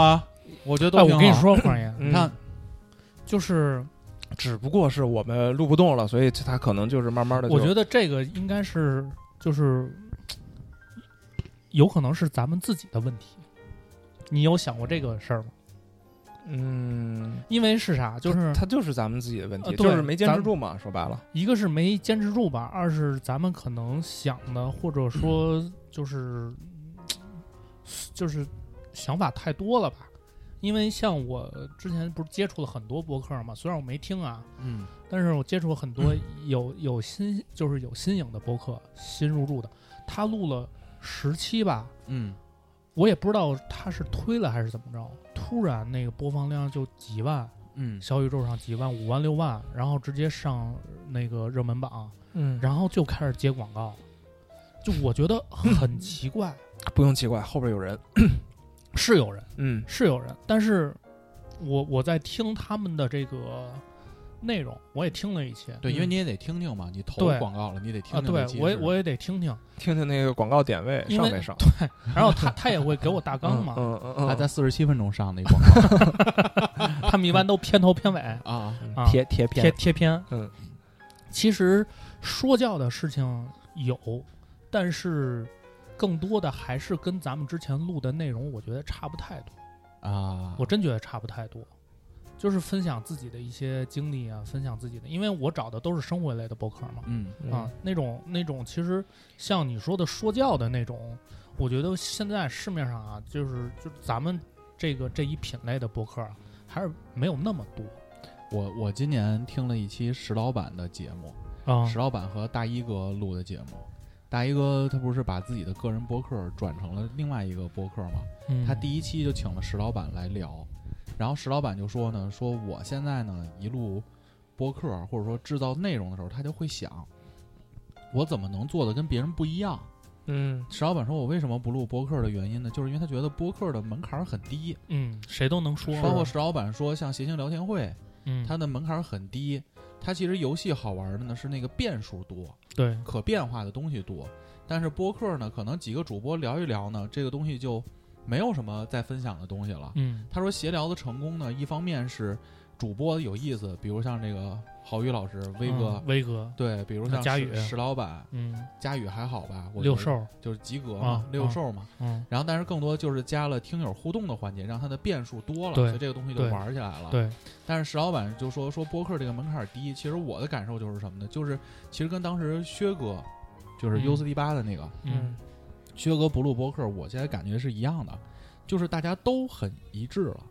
我觉得都挺好。 哎，我跟你说，黄爷， 你看， 就是只不过是我们录不动了，所以他可能就是慢慢的。 我觉得这个应该是就是有可能是咱们自己的问题。你有想过这个事儿吗？ 嗯， 因为是啥？就是他就是咱们自己的问题， 呃、 就是没坚持住嘛。说白了， 一个是没坚持住吧，二是咱们可能想的，或者说就是、嗯、就是想法太多了吧。因为像我之前不是接触了很多播客嘛，虽然我没听啊， 嗯， 但是我接触了很多有有新就是有新颖的播客，新入驻的，他录了十期吧， 嗯， 我也不知道他是推了还是怎么着，突然那个播放量就几万， 嗯， 小宇宙上几万、五万、六万，然后直接上那个热门榜， 嗯， 然后就开始接广告，就我觉得很奇怪， 不用奇怪，后边有人。 是有人， 嗯， 是有人，但是我我在听他们的这个内容，我也听了一些， 对，因为你也得听听嘛，你投广告了，你得听听、 啊，对我也我也得听听， 听听那个广告点位上没上， 对，然后他他也会给我大纲嘛， 嗯嗯嗯， 他在四十七分钟上的一广告， 他们一般都片头片尾啊， 贴贴片贴贴片， 嗯， 其实说教的事情有，但是。更多的还是跟咱们之前录的内容，我觉得差不太多啊。 我真觉得差不太多，就是分享自己的一些经历啊，分享自己的，因为我找的都是生活类的播客嘛， 嗯啊，那种那种其实像你说的说教的那种，我觉得现在市面上啊，就是就咱们这个这一品类的播客啊，还是没有那么多。 我我今年听了一期石老板的节目啊， 石老板和大衣哥录的节目。大一哥他不是把自己的个人播客转成了另外一个播客吗？ 嗯、 他第一期就请了石老板来聊，然后石老板就说呢，说我现在呢一录播客或者说制造内容的时候，他就会想，我怎么能做的跟别人不一样？ 嗯， 石老板说，我为什么不录播客的原因呢，就是因为他觉得播客的门槛很低， 嗯，谁都能说。 包括石老板说，像谐星聊天会， 嗯， 它的门槛很低。它其实游戏好玩的呢是那个变数多， 对， 可变化的东西多。但是播客呢，可能几个主播聊一聊呢，这个东西就没有什么再分享的东西了。 嗯， 他说闲聊的成功呢，一方面是主播有意思，比如像这个郝宇老师、威哥、 嗯、威哥， 对，比如像佳宇、 石老板， 嗯， 佳宇还好吧？我六兽就是及格嘛， 啊、 六兽嘛， 嗯。 然后，但是更多就是加了听友互动的环节，让它的变数多了， 所以这个东西就玩起来了。 对。 但是石老板就说说播客这个门槛低，其实我的感受就是什么呢？就是其实跟当时薛哥，就是 U 四 D 八的那个， 嗯， 薛哥不录播客，我现在感觉是一样的，就是大家都很一致了。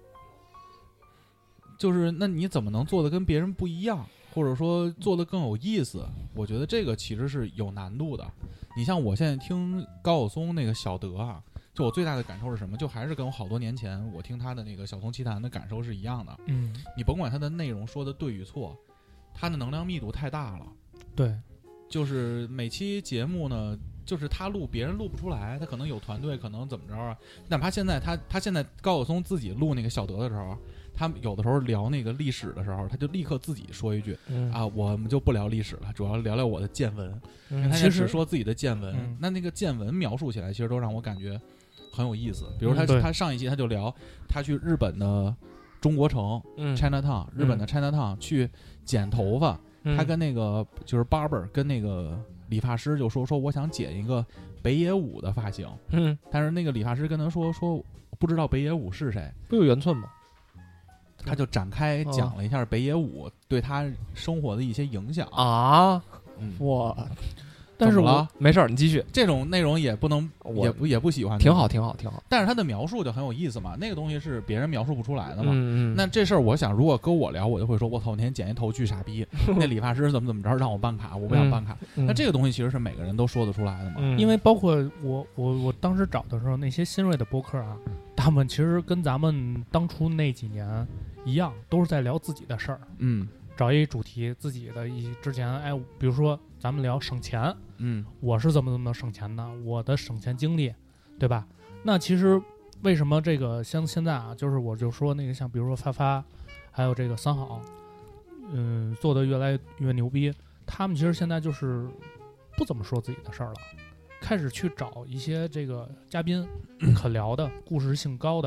就是那你怎么能做的跟别人不一样，或者说做的更有意思？我觉得这个其实是有难度的。你像我现在听高晓松那个小德啊，就我最大的感受是什么？就还是跟我好多年前我听他的那个小松奇谈的感受是一样的。 嗯， 你甭管他的内容说的对与错，他的能量密度太大了。 对， 就是每期节目呢，就是他录别人录不出来，他可能有团队，可能怎么着啊？哪怕现在他他现在高晓松自己录那个小德的时候，他有的时候聊那个历史的时候，他就立刻自己说一句、嗯、啊，我们就不聊历史了，主要聊聊我的见闻。嗯、他只说自己的见闻、嗯，那那个见闻描述起来，其实都让我感觉很有意思。比如他、嗯、他上一期他就聊他去日本的中国城、嗯、Chinatown， 日本的 Chinatown、嗯、去剪头发。他跟那个就是 barber 跟那个理发师就说说我想剪一个北野武的发型，嗯，但是那个理发师跟他说说不知道北野武是谁， 不有原寸吗？ 他就展开讲了一下北野武对他生活的一些影响啊， 嗯， 哇！ 但是我没事儿，你继续。 这种内容也不能，也不也不喜欢， 挺好，挺好，挺好。 但是他的描述就很有意思嘛，那个东西是别人描述不出来的嘛。 嗯嗯。 那这事儿，我想如果跟我聊，我就会说，我操，我那天剪一头巨傻逼，那理发师怎么怎么着让我办卡，我不想办卡。 嗯、 那这个东西其实是每个人都说得出来的嘛。 嗯、因为包括我我我当时找的时候，那些新锐的播客啊，他们其实跟咱们当初那几年一样，都是在聊自己的事儿。 嗯。 找一主题，自己的一之前，哎，比如说咱们聊省钱， 嗯， 我是怎么怎么省钱的，我的省钱经历，对吧？那其实为什么这个像现在啊，就是我就说那个像比如说发发，还有这个三好，嗯，做的越来越牛逼，他们其实现在就是不怎么说自己的事儿了，开始去找一些这个嘉宾可聊的、故事性高的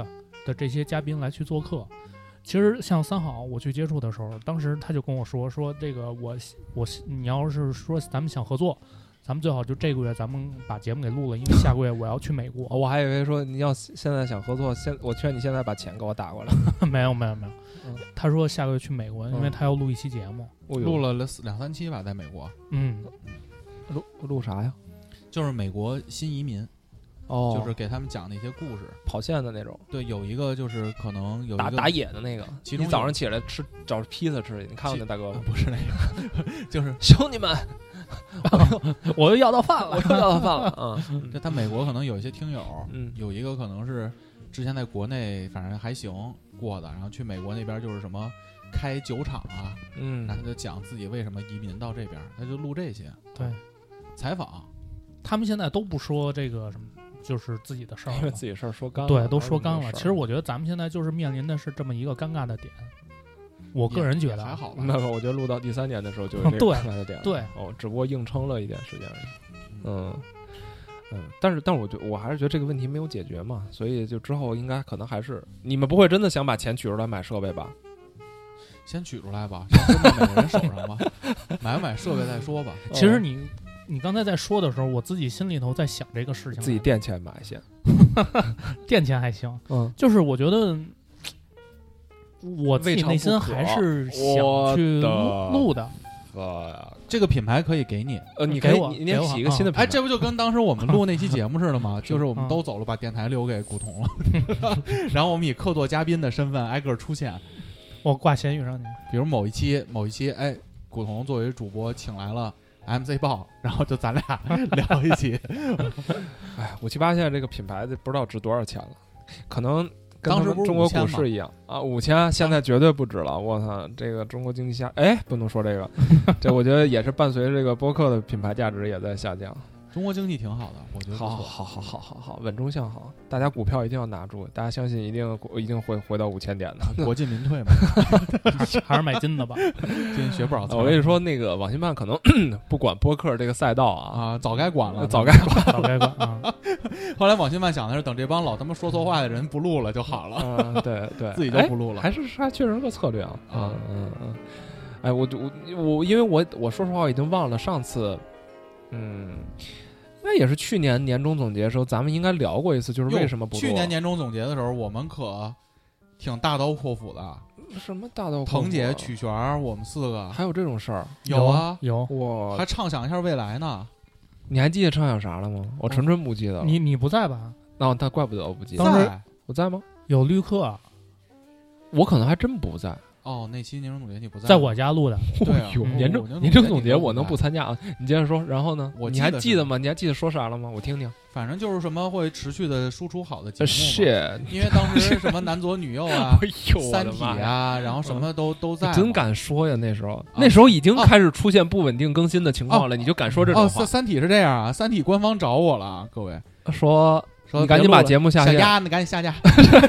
的这些嘉宾来去做客。其实像三好，我去接触的时候，当时他就跟我说说这个我我你要是说咱们想合作，咱们最好就这个月咱们把节目给录了，因为下个月我要去美国。 哦、我还以为说你要现在想合作，现我劝你现在把钱给我打过来。 没有没有没有、嗯，他说下个月去美国，因为他要录一期节目， 嗯、 录了两三期吧，在美国。 嗯， 录录啥呀？ 就是美国新移民。 哦， 就是给他们讲的一些故事， 跑线的那种。 对，有一个就是可能有一个打打野的那个， 其中你早上起来吃找披萨吃，你看过那大哥吗？ 不是那个，就是兄弟们， 我又要到饭了， 我又要到饭了啊！ 嗯，就他美国可能有一些听友， 嗯， 有一个可能是之前在国内反正还行过的，然后去美国那边就是什么开酒厂啊， 嗯， 然后他就讲自己为什么移民到这边，他就录这些， 对， 采访。 他们现在都不说这个什么。就是自己的事儿， 因为自己事儿说干了， 对，都说干了。其实我觉得咱们现在就是面临的是这么一个尴尬的点。我个人觉得还好吧， 那我觉得录到第三年的时候就有这个尴尬的点， 对， 哦，只不过硬撑了一点时间而已。嗯嗯，但是但是我觉我还是觉得这个问题没有解决嘛，所以就之后应该可能还是你们不会真的想把钱取出来买设备吧？ 先取出来吧，先分到每个人手上吧，买不买设备再说吧。 其实你。你刚才在说的时候，我自己心里头在想这个事情。 自己垫钱买先， 垫钱还行。 嗯， 就是我觉得我自己内心还是想去录的。 呃， 这个品牌可以给你， 呃，你可以你你起一个新的品牌。 哎，这不就跟当时我们录那期节目似的吗？就是我们都走了，把电台留给古潼了，然后我们以客座嘉宾的身份挨个出现。 我挂闲鱼上去。 比如某一期某一期，哎，古潼作为主播请来了。M C 报，然后就咱俩聊一起。 哎，五七八现在这个品牌不知道值多少钱了，可能跟当时中国股市一样啊，五千现在绝对不止了。我操，这个中国经济下，哎，不能说这个，这我觉得也是伴随这个播客的品牌价值也在下降。 中国经济挺好的，我觉得好好好好好好稳中向好，大家股票一定要拿住，大家相信一定一定会回到五千点的， 国进民退嘛， 还是买金的吧， 金学不少。 我跟你说，那个网信办可能不管播客这个赛道啊啊，早该管了， 早该管， 早该管啊。 后来网信办想的是，等这帮老他妈说错话的人不录了就好了， 啊、对对， 自己就不录了， 还是还确实是个策略啊，嗯嗯嗯，哎，我我我，因为我我说实话，我已经忘了上次。嗯，那也是去年年终总结的时候，咱们应该聊过一次，就是为什么不做。 去年年终总结的时候，我们可挺大刀阔斧的。 什么大刀阔斧？ 腾姐、曲璇，我们四个还有这种事儿？ 有啊， 有。 我还畅想一下未来呢。 你还记得畅想啥了吗？我纯纯不记得了。 你你不在吧？ 那、哦、他怪不得我不记得。 当时我在吗？ 有绿客， 我可能还真不在。 哦，那期年终总结你不在， 在我家录的。 对啊， 年终年终总结我能不参加啊？你接着说，然后呢？ 我你还记得吗？你还记得说啥了吗？我听听。 反正就是什么会持续的输出好的节目嘛， 是， 因为当时什么男左女右啊、三体啊，然后什么都都在。 真敢说呀！那时候，那时候已经开始出现不稳定更新的情况了，你就敢说这种话？ 哦，三体是这样啊，三体官方找我了，各位说说你赶紧把节目下架，下架，你赶紧下架。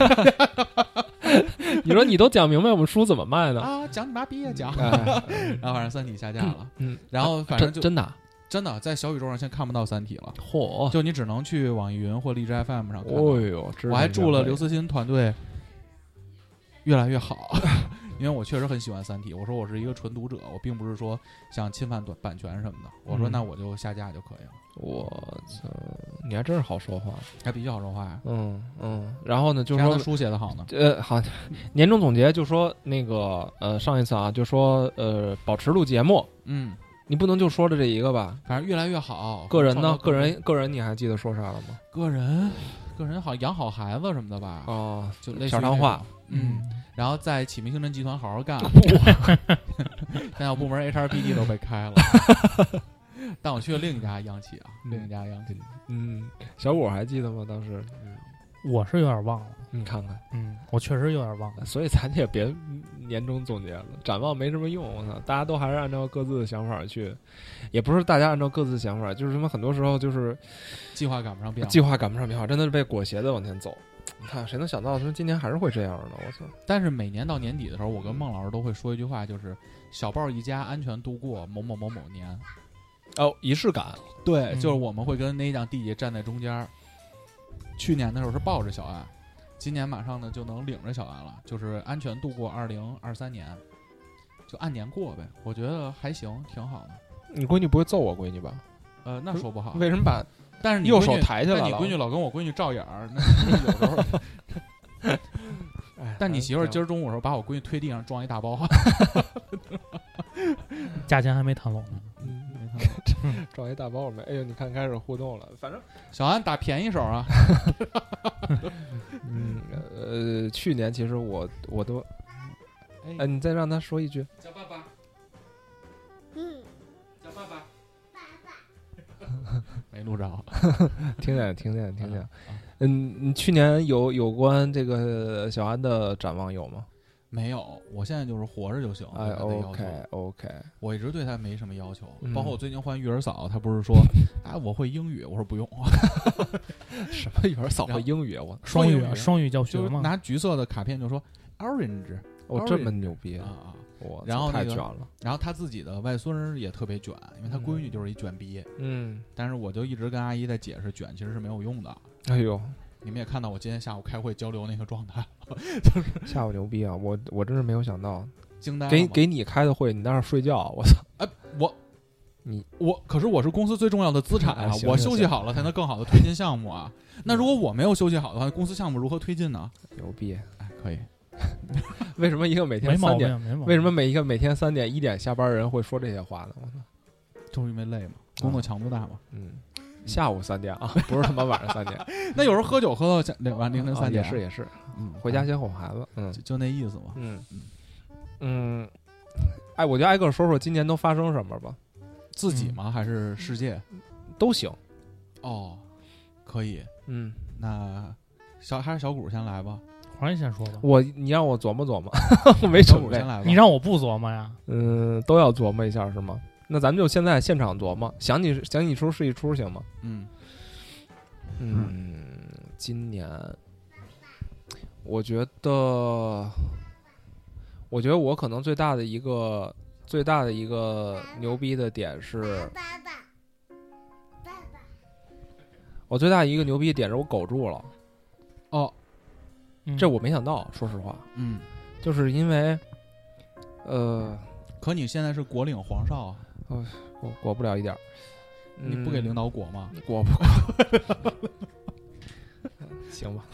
你说你都讲明白我们书怎么卖呢？ 啊，讲你妈逼呀讲！ 哎、 然后反正三体下架了， 嗯， 然后反正就、 啊、真的真的在小宇宙上现在看不到三体了， 嚯！ 就你只能去网易云或荔枝 F M 上看。 哦呦， 我还祝了刘慈欣团队越来越好，因为我确实很喜欢三体。我说我是一个纯读者，我并不是说想侵犯版权什么的。我说那我就下架就可以了。 我操，你还真是好说话， 还比较好说话呀。 嗯嗯，然后呢，就说书写的好呢。 呃，好，年终总结就说那个呃，上一次啊，就说呃，保持录节目， 嗯， 你不能就说的这一个吧？ 反正越来越好。 个人呢？个人个人你还记得说啥了吗？ 个人，个人好养好孩子什么的吧？ 哦， 就类似小长话， 嗯，然后在启明星辰集团好好干。现在我部门 H R B D 都被开了。但我去了另一家央企啊，另一家央企。 嗯，小五还记得吗？当时， 嗯、我是有点忘了。 你看看， 嗯，我确实有点忘了。 所以咱也别年终总结了，展望没什么用。我操，大家都还是按照各自的想法去，也不是大家按照各自的想法，就是什么很多时候就是计划赶不上变化， 计划赶不上变化，真的是被裹挟的往前走。你看，谁能想到说今年还是会这样呢？我操！ 但是每年到年底的时候，我跟孟老师都会说一句话，就是小报一家安全度过某某某某年。 哦，仪式感， 对，嗯、就是我们会跟那一档弟弟站在中间。去年的时候是抱着小爱， 今年马上呢就能领着小安了，就是安全度过二零二三年，就按年过呗。我觉得还行，挺好的。 你闺女不会揍我闺女吧？ 呃，那说不好。 为什么把？ 但是你右手抬起来了， 但你闺女老跟我闺女照眼儿，那有时候。但你媳妇儿今儿中午的时候把我闺女推地上撞一大包， 价钱还没谈拢呢。 嗯，没谈拢，撞一大包没？哎呦，你看开始互动了，反正小安打便宜手啊。 嗯，呃，去年其实我我都，哎、呃，你再让他说一句， 叫爸爸。 嗯， 叫爸爸。没录着， 听见听见听见。嗯，你去年有有关这个小安的展望有吗？ 没有，我现在就是活着就行。 哎 ，OK OK， 我一直对他没什么要求， 嗯、 包括我最近换育儿嫂，他不是说，哎，我会英语，我说不用。 什么育儿嫂会英语？我双语双语教学嘛，拿橘色的卡片就说 orange， 哦，这么牛逼啊啊！ 我然后、那个、 太卷了， 然后他自己的外孙也特别卷，因为他闺女就是一卷逼。 嗯， 但是我就一直跟阿姨在解释，卷其实是没有用的。 哎呦， 你们也看到我今天下午开会交流那个状态，就是下午牛逼啊！我我真是没有想到， 惊呆了。 给给你开的会，你在那儿睡觉，我操！ 哎，我你我可是我是公司最重要的资产啊！ 哎、 我休息好了才能更好的推进项目啊。那如果我没有休息好的话，公司项目如何推进呢？ 牛逼！ 哎，可以。 为什么一个每天三点？为什么每一个每天三点一点下班人会说这些话呢？我操， 就是因为累嘛，工作强度大嘛。 嗯，下午三点啊，不是他妈晚上三点。 那有时候喝酒喝到晚凌晨三点、 啊，也是也是。嗯，回家先哄孩子。嗯， 就就那意思嘛。 嗯嗯，哎，我就挨个说说今年都发生什么吧。 自己吗？嗯、还是世界？ 都行。 哦，可以。 嗯， 那小还是小谷先来吧。 黄爷先说吧。 我你让我琢磨琢磨，我没准备。 你让我不琢磨呀？ 嗯，都要琢磨一下是吗？那咱们就现在现场琢磨，想你想你出是一出行吗？ 嗯嗯，今年我觉得，我觉得我可能最大的一个最大的一个牛逼的点是， 爸爸，爸爸， 我最大一个牛逼的点是我苟住了。 哦。 这我没想到，说实话， 嗯， 就是因为，呃， 可你现在是国领皇少啊， 呃，我裹不了一点儿， 你不给领导裹吗？ 裹不，行吧，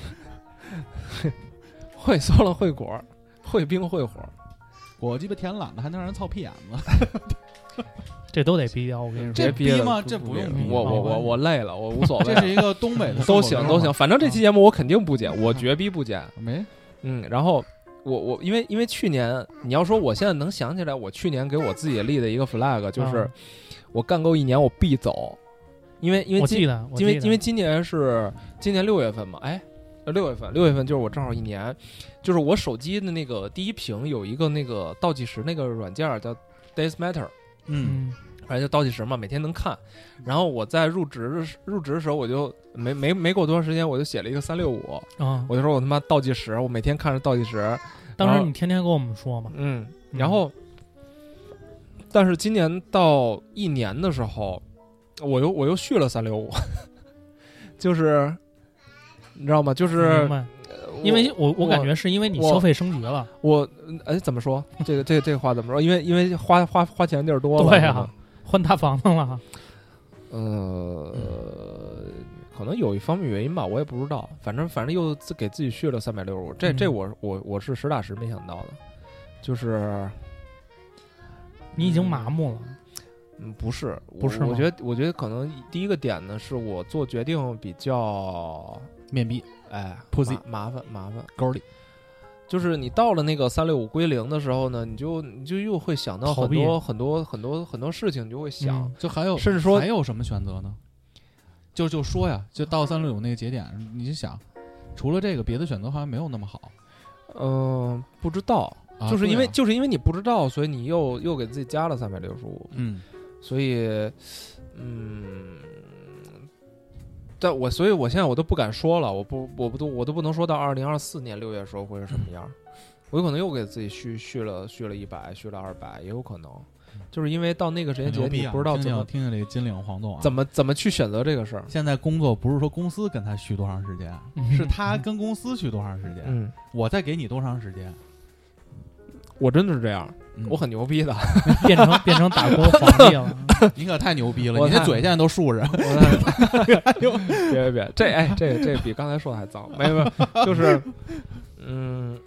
会缩了会裹，会冰会火， 裹鸡巴舔懒的还能让人操屁眼子， 这都得逼掉，我跟你说， 这逼吗？这不用逼， 我我我我累了，我无所谓。 这是一个东北的， 都行都行，反正这期节目我肯定不剪，我绝逼不剪。 没， 嗯，然后我我因为因为去年你要说我现在能想起来，我去年给我自己立的一个 flag 就是我干够一年我必走，因为因为今因为因为今年是今年六月份嘛，哎，六月份六月份就是我正好一年，就是我手机的那个第一屏有一个那个倒计时那个软件叫 Days Matter。 嗯， 反正就倒计时嘛，每天能看。然后我在入职入职的时候，我就没没没过多长时间，我就写了一个三六五啊， 我就说我他妈倒计时，我每天看着倒计时。 当时你天天跟我们说嘛， 嗯，然后，嗯、但是今年到一年的时候，我又我又续了三六五，就是你知道吗？就是。 明白因为我我感觉是因为你消费升级了， 我哎怎么说？这个这个这个话怎么说？因为因为花花花钱地儿多了， 对啊，换大房子了。 呃，可能有一方面原因吧，我也不知道。反正反正又自给自己续了三百六十五，这这我我我是实打实没想到的，就是你已经麻木了。 嗯，不是， 不是， 我觉得我觉得可能第一个点呢，是我做决定比较面壁。 哎 ，pussy 麻烦麻烦沟里， 就是你到了那个三六五归零的时候呢，你就你就又会想到很多很多很多很多事情，你就会想， 嗯、就还有甚至说还有什么选择呢？就就说呀，就到三六五那个节点，你就想，除了这个，别的选择好像没有那么好。 嗯、呃，不知道， 啊、 就是因为、 啊、 就是因为你不知道，所以你又又给自己加了三百六十五。 嗯， 所以嗯。但我所以，我现在我都不敢说了，我不，我不都，我都不能说到二零二四年六月的时候会是什么样，我有可能又给自己续续了续了一百，续了二百，也有可能。 就是因为到那个时间节，你不知道怎么听听这个金领黄总啊， 怎么怎么去选择这个事儿。 现在工作不是说公司跟他续多长时间，是他跟公司续多长时间。嗯，我再给你多长时间。 我真的是这样，嗯、我很牛逼的， 变成变成打工皇帝了。 你可太牛逼了，你这嘴现在都竖着。 别别别，这哎，这这比刚才说的还脏。没有没有，就是嗯。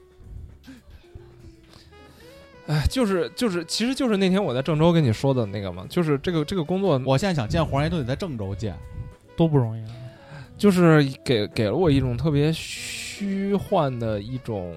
哎，就是就是，其实就是那天我在郑州跟你说的那个嘛，就是这个这个工作， 我现在想见黄爷都得在郑州见， 多不容易啊！ 就是给给了我一种特别虚幻的一种，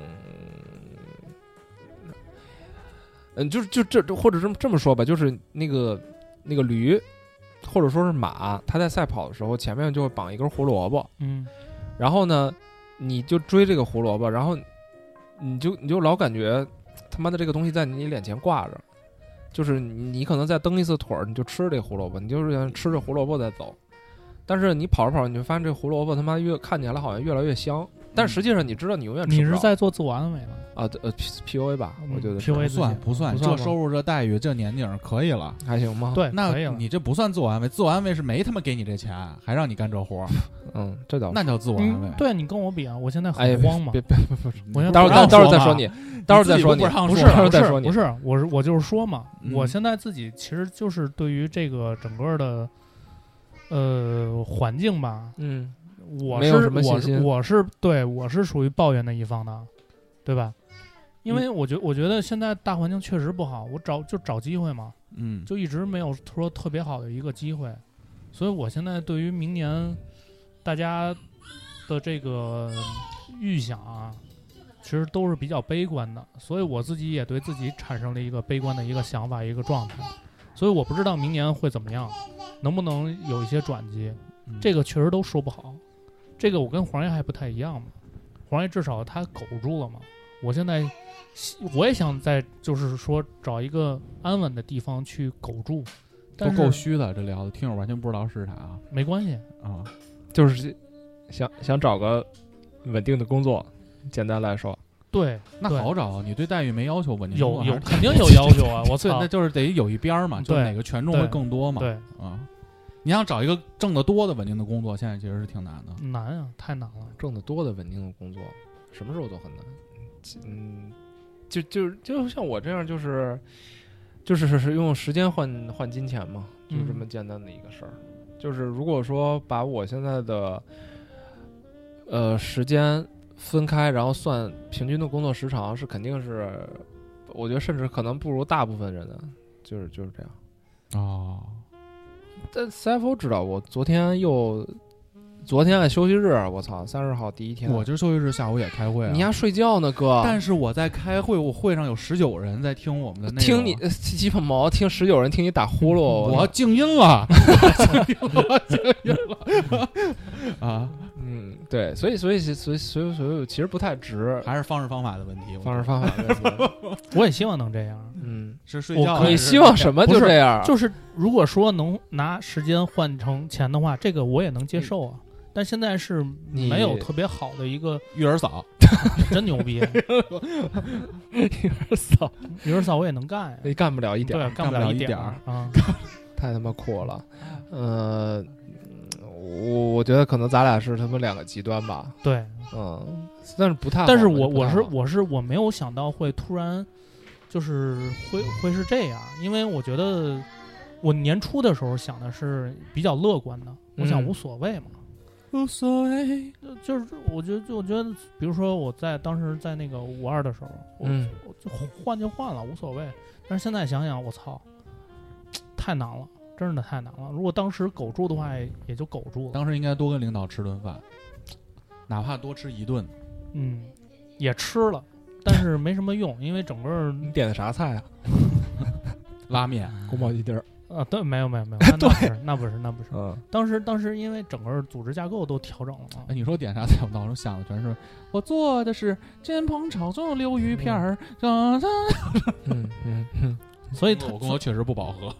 嗯，就是就这或者这么这么说吧，就是那个那个驴，或者说是马，它在赛跑的时候前面就会绑一根胡萝卜， 嗯， 然后呢，你就追这个胡萝卜，然后你就你就老感觉。他妈的这个东西在你脸前挂着，就是你可能再蹬一次腿儿，你就吃这胡萝卜，你就是想吃着胡萝卜再走。但是你跑着跑着，你就发现这胡萝卜他妈越看起来好像越来越香，但实际上你知道你永远吃不着。 你是在做自我安慰吗？ 啊，呃 ，P U A 吧，我觉得 P U A 不算不算，这收入这待遇这年景可以了， 还行吗？ 对， 那你这不算自我安慰，自我安慰是没他妈给你这钱，还让你干这活。 嗯，这倒那叫自我安慰。 嗯、对你跟我比啊，我现在很慌嘛。 别别别别， 我待会儿待会儿再说你，待会儿再说你， 不是不是不是，我是我就是说嘛，嗯、我现在自己其实就是对于这个整个的呃环境吧， 嗯， 我是我是我是对我是属于抱怨的一方的，对吧？因为我觉我觉得现在大环境确实不好，我找就找机会嘛， 嗯， 就一直没有说特别好的一个机会，所以我现在对于明年大家的这个预想啊，其实都是比较悲观的，所以我自己也对自己产生了一个悲观的一个想法一个状态，所以我不知道明年会怎么样，能不能有一些转机，嗯、这个确实都说不好。这个我跟黄爷还不太一样嘛，黄爷至少他苟住了嘛，我现在我也想在就是说找一个安稳的地方去苟住， 都够虚的，这聊的听友完全不知道是啥啊， 没关系啊， 就是想想找个稳定的工作，简单来说， 对， 那好找，你对待遇没要求，稳定有有肯定有要求啊，我操， 那就是得有一边嘛，就哪个权重会更多嘛， 对啊。你想找一个挣得多的稳定的工作，现在其实是挺难的。 难啊，太难了。 挣得多的稳定的工作，什么时候都很难。嗯，就就就像我这样，就是就是是用时间换换金钱嘛，就是这么简单的一个事儿。嗯、就是如果说把我现在的呃时间分开，然后算平均的工作时长，是肯定是，我觉得甚至可能不如大部分人的，就是就是这样。 哦。 但 C F O 知道，我昨天又，昨天休息日，我操，三十号第一天， 我这休息日下午也开会、啊， 你还睡觉呢，哥。 但是我在开会，我会上有十九人在听我们的内容， 听你鸡巴毛，听十九人听你打呼噜， 我静音了，静音了，静音了啊， 嗯，对，所以所以所以所以所以其实不太值， 还是方式方法的问题， 方式方法的问题。 我也希望能这样， 嗯， 是睡觉。 你希望什么就这样？ 就是如果说能拿时间换成钱的话，这个我也能接受啊。但现在是没有特别好的一个育儿嫂， 真牛逼！ 育儿嫂， 育儿嫂我也能干呀， 你干不了一点， 对，干不了一点啊， 太他妈酷了。呃，我我觉得可能咱俩是他们两个极端吧。 对， 嗯，但是不太好。 但是我我是我是我没有想到会突然就是会会是这样，因为我觉得我年初的时候想的是比较乐观的，我想无所谓嘛。 无所谓， 就是我觉得，就我觉得，比如说我在当时在那个五二的时候，我、 嗯、 我就换就换了，无所谓。但是现在想想，我操，太难了，真的太难了。如果当时苟住的话，也就苟住了。 当时应该多跟领导吃顿饭，哪怕多吃一顿。 嗯，也吃了，但是没什么用，因为整个你点的啥菜啊？ 拉面、 宫保鸡丁儿。 啊，对，没有没有没有，那不是那不是那不是。 嗯， 当时当时因为整个组织架构都调整了嘛。 哎，你说点啥菜？我脑中想的全是我做的是煎烹炒做溜鱼片儿。 嗯嗯嗯， 所以我工作确实不饱和。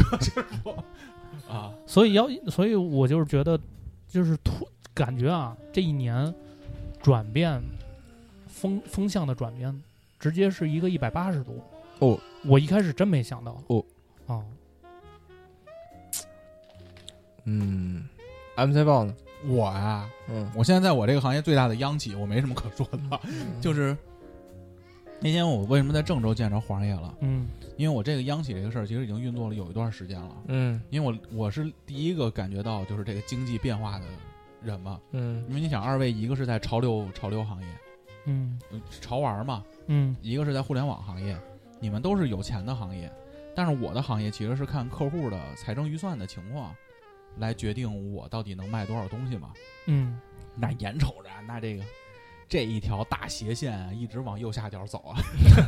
啊， 所以要所以我就是觉得，就是突感觉啊，这一年转变风风向的转变，直接是一个一百八十度。 哦， 我一开始真没想到。 哦。 哦， 嗯 ，M C 豹呢？ 我啊， 嗯， 我现在在我这个行业最大的央企，我没什么可说的， 嗯、 就是那天我为什么在郑州见着黄爷了？ 嗯， 因为我这个央企这个事儿其实已经运作了有一段时间了。 嗯， 因为我我是第一个感觉到就是这个经济变化的人嘛。 嗯， 因为你想，二位一个是在潮流潮流行业， 嗯， 潮玩嘛， 嗯， 一个是在互联网行业，你们都是有钱的行业，但是我的行业其实是看客户的财政预算的情况。来决定我到底能卖多少东西嘛？ 嗯， 那眼瞅着那这个这一条大斜线啊，一直往右下角走啊。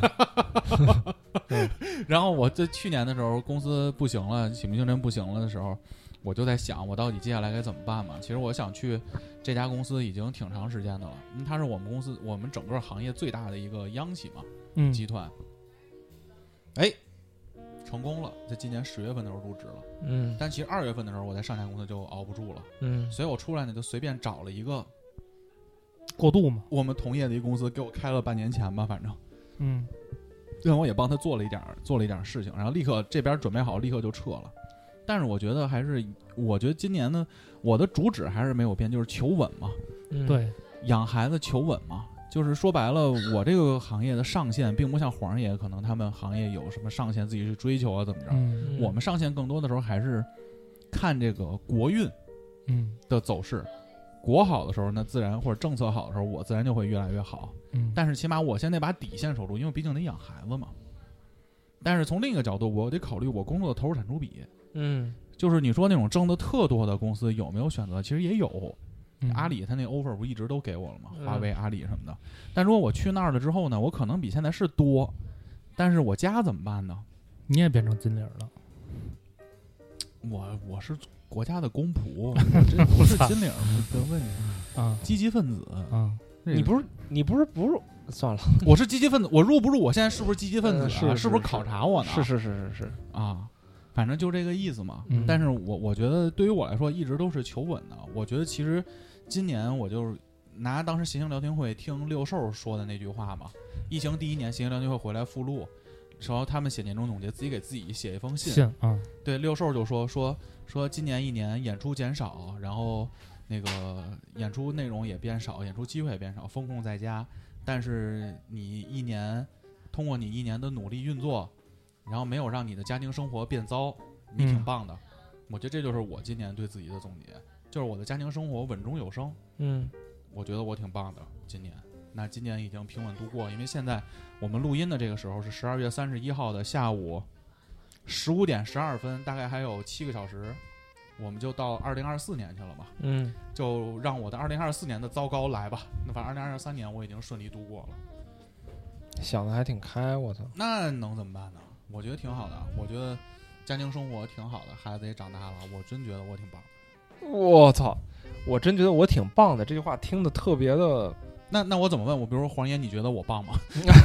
然后我在去年的时候，公司不行了，起名竞争不行了的时候，我就在想，我到底接下来该怎么办嘛？其实我想去这家公司已经挺长时间的了，因为它是我们公司我们整个行业最大的一个央企嘛， 嗯， 集团。哎。成功了，在今年十月份的时候入职了， 嗯， 但其实二月份的时候，我在上家公司就熬不住了， 嗯， 所以我出来呢就随便找了一个过渡嘛， 我们同业的一个公司给我开了半年钱吧，反正， 嗯， 然后我也帮他做了一点做了一点事情，然后立刻这边准备好，立刻就撤了。但是我觉得还是，我觉得今年呢，我的主旨还是没有变，就是求稳嘛， 嗯、 对， 养孩子求稳嘛。就是说白了，我这个行业的上限并不像黄爷，可能他们行业有什么上限自己去追求啊，怎么着？ 嗯、 我们上限更多的时候还是看这个国运， 嗯的走势。国好的时候，那自然或者政策好的时候，我自然就会越来越好。 嗯， 但是起码我先得把底线守住，因为毕竟得养孩子嘛。但是从另一个角度，我得考虑我工作的投入产出比。 嗯， 就是你说那种挣的特多的公司有没有选择？其实也有。 嗯、 阿里他那 offer 不一直都给我了吗？ 嗯、 华为、阿里什么的。但如果我去那儿了之后呢，我可能比现在是多，但是我家怎么办呢？ 你也变成金领了。 我我是国家的公仆，我这不是金领的问题啊， 积极分子啊。 你不是你不是不是算了， 我是积极分子，我入不入？我现在是不是积极分子、啊呃？ 是 是, 是不是考察我呢？ 是是是是是啊。反正就这个意思嘛， 嗯、 但是我我觉得对于我来说一直都是求稳的。我觉得其实今年我就是拿当时谐星聊天会听六兽说的那句话嘛，疫情第一年谐星聊天会回来附录，然后他们写年终总结，自己给自己写一封信。 信啊， 对，六兽就说说说今年一年演出减少，然后那个演出内容也变少，演出机会也变少，封控在家，但是你一年通过你一年的努力运作。然后没有让你的家庭生活变糟，你挺棒的、嗯。我觉得这就是我今年对自己的总结，就是我的家庭生活稳中有升。 嗯， 我觉得我挺棒的。今年，那今年已经平稳度过，因为现在我们录音的这个时候是十二月三十一号的下午十五点十二分，大概还有七个小时，我们就到二零二四年去了嘛。 嗯， 就让我的二零二四年的糟糕来吧。那反正二零二三年我已经顺利度过了。 想的还挺开，我操！ 那能怎么办呢？我觉得挺好的，我觉得家庭生活挺好的，孩子也长大了，我真觉得我挺棒。 我操，我真觉得我挺棒的，这句话听得特别的。 那那我怎么问？我比如说黄爷，你觉得我棒吗？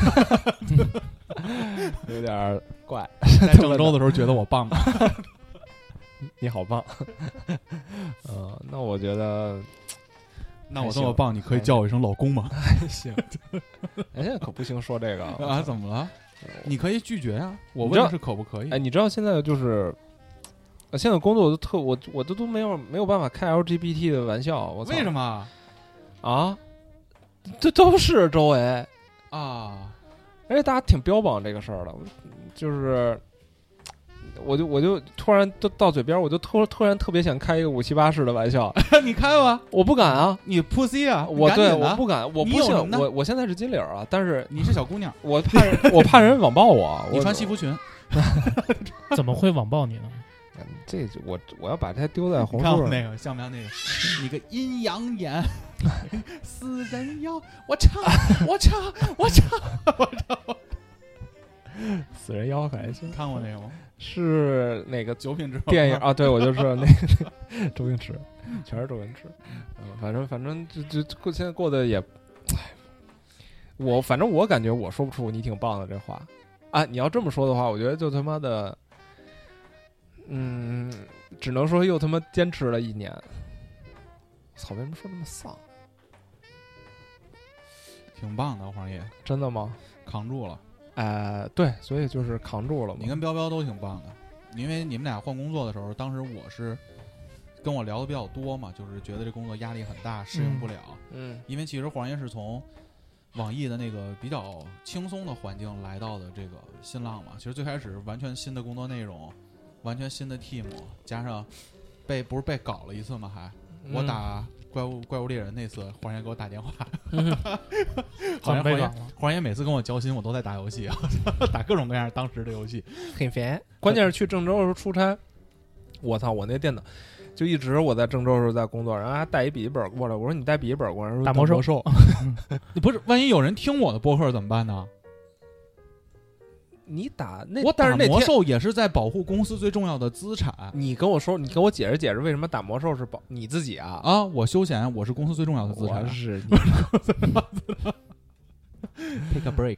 有点怪。 在郑州的时候觉得我棒吗？ 你好棒。呃，那我觉得， 那我这么棒，你可以叫我一声老公吗？ 还行。哎，现在可不行说这个啊？怎么了？你可以拒绝啊！我问的是可不可以？ 哎，你知道现在就是，呃，现在工作我都特我我都都没有没有办法开 L G B T 的玩笑。我为什么啊？这都是周围啊， 而且大家挺标榜这个事儿的，就是，我就我就突然都到嘴边，我就突突然特别想开一个五七八式的玩笑。 你开吧， 我不敢啊， 你 pussy 啊， 我对我不敢，我不信，我我现在是金领啊，但是你是小姑娘， 我怕人我怕人网暴我， 你穿西服裙， 怎么会网暴你呢？ 这我我要把它丢在红书上。 那个像不像那个？你个阴阳眼，死人妖！我操！我操！我操！我操！ 死人妖还行， 看过那个吗？ 是哪个九品芝麻电影啊？对，我就知道那个周星驰，全是周星驰。嗯，反正反正就就过现在过得也，唉，我反正我感觉我说不出你挺棒的这话啊。你要这么说的话，我觉得就他妈的。嗯，只能说又他妈坚持了一年。操，为什么说那么丧？ 挺棒的，黄爷， 真的吗？ 扛住了。 哎、呃，对，所以就是扛住了嘛。 你跟彪彪都挺棒的。 因为你们俩换工作的时候，当时我是跟我聊的比较多嘛，就是觉得这工作压力很大，适应不了。嗯，因为其实黄爷是从网易的那个比较轻松的环境来到的这个新浪嘛，其实最开始完全新的工作内容，完全新的 team， 加上被不是被搞了一次吗？还、嗯、我打怪物怪物猎人那次，黄爷给我打电话，嗯、好像黄爷黄爷每次跟我交心，我都在打游戏啊，打各种各样当时的游戏， 很烦。关键是去郑州的时候出差，我操，我那电脑。就一直我在郑州的时候在工作，然后还带一笔记本过来。我说你带笔记本过来，说打魔兽。 兽你不是，万一有人听我的播客怎么办呢？ 你打那我打魔兽也是在保护公司最重要的资产。 你跟我说，你跟我解释解释，为什么打魔兽是保你自己啊？ 啊，我休闲，我是公司最重要的资产。 我是你 take a break。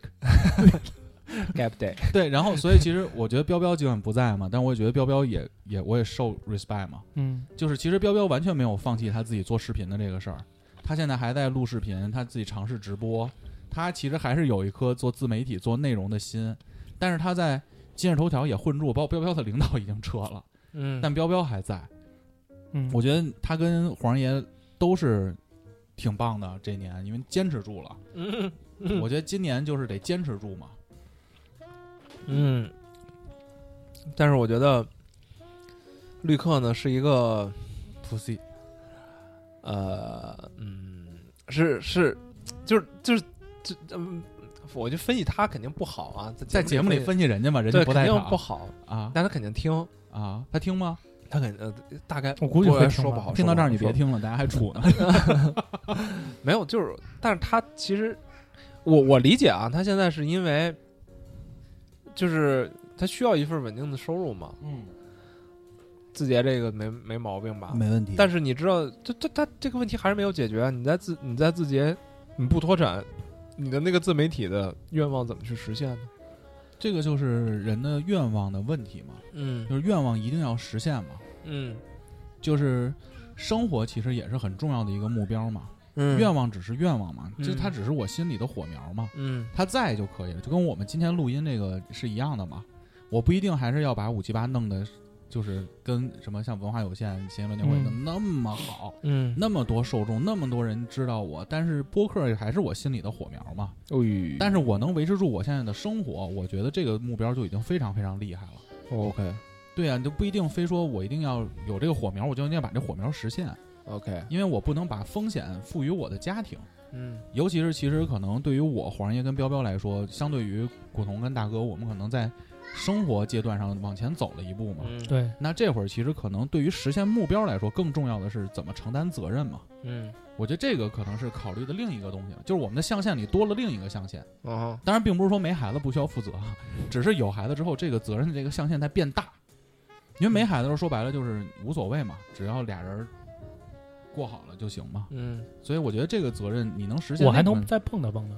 gap day 对，然后所以其实我觉得彪彪尽管不在嘛，但我也觉得彪彪也也我也受 respect 嘛， 嗯， 就是其实彪彪完全没有放弃他自己做视频的这个事儿，他现在还在录视频，他自己尝试直播，他其实还是有一颗做自媒体做内容的心，但是他在今日头条也混住，包括彪彪的领导已经撤了， 嗯， 但彪彪还在， 嗯， 我觉得他跟黄爷都是挺棒的，这年因为坚持住了， 嗯，嗯我觉得今年就是得坚持住嘛。 嗯，但是我觉得绿客呢是一个 pussy， 呃，嗯，是是，就是就是这嗯，我就分析他肯定不好啊， 在节目里分析人家嘛，人家不肯定不好啊， 但他肯定听啊，他听吗？ 他肯呃大概我估计会说不好， 听到这儿你别听了，大家还处呢。 没有，就是，但是他其实我我理解啊，他现在是因为。就是他需要一份稳定的收入嘛， 嗯， 字节这个没没毛病吧？ 没问题。 但是你知道，这这他这个问题还是没有解决啊！你在字你在字节你不脱产，你的那个自媒体的愿望怎么去实现呢？ 这个就是人的愿望的问题嘛， 嗯， 就是愿望一定要实现嘛， 嗯， 就是生活其实也是很重要的一个目标嘛。 嗯， 愿望只是愿望嘛， 嗯、 就它只是我心里的火苗嘛， 嗯， 它在就可以了，就跟我们今天录音这个是一样的嘛。我不一定还是要把五七八弄的，就是跟什么像文化有限、新闻联会弄那么好， 嗯， 那么多受众，那么多人知道我，但是播客还是我心里的火苗嘛。 哦， 但是我能维持住我现在的生活，我觉得这个目标就已经非常非常厉害了。 哦、OK， 对啊，你就不一定非说我一定要有这个火苗，我就一定要把这火苗实现。 OK， 因为我不能把风险赋予我的家庭， 嗯， 尤其是其实可能对于我黄爷跟彪彪来说，相对于古潼跟大哥，我们可能在生活阶段上往前走了一步嘛， 嗯、 对。 那这会儿其实可能对于实现目标来说，更重要的是怎么承担责任嘛， 嗯， 我觉得这个可能是考虑的另一个东西，就是我们的象限里多了另一个象限， 哦， 当然并不是说没孩子不需要负责，只是有孩子之后，这个责任的这个象限在变大，因为没孩子的时候说白了就是无所谓嘛，只要俩人过好了就行嘛， 嗯， 所以我觉得这个责任你能实现， 我还能再碰他碰他。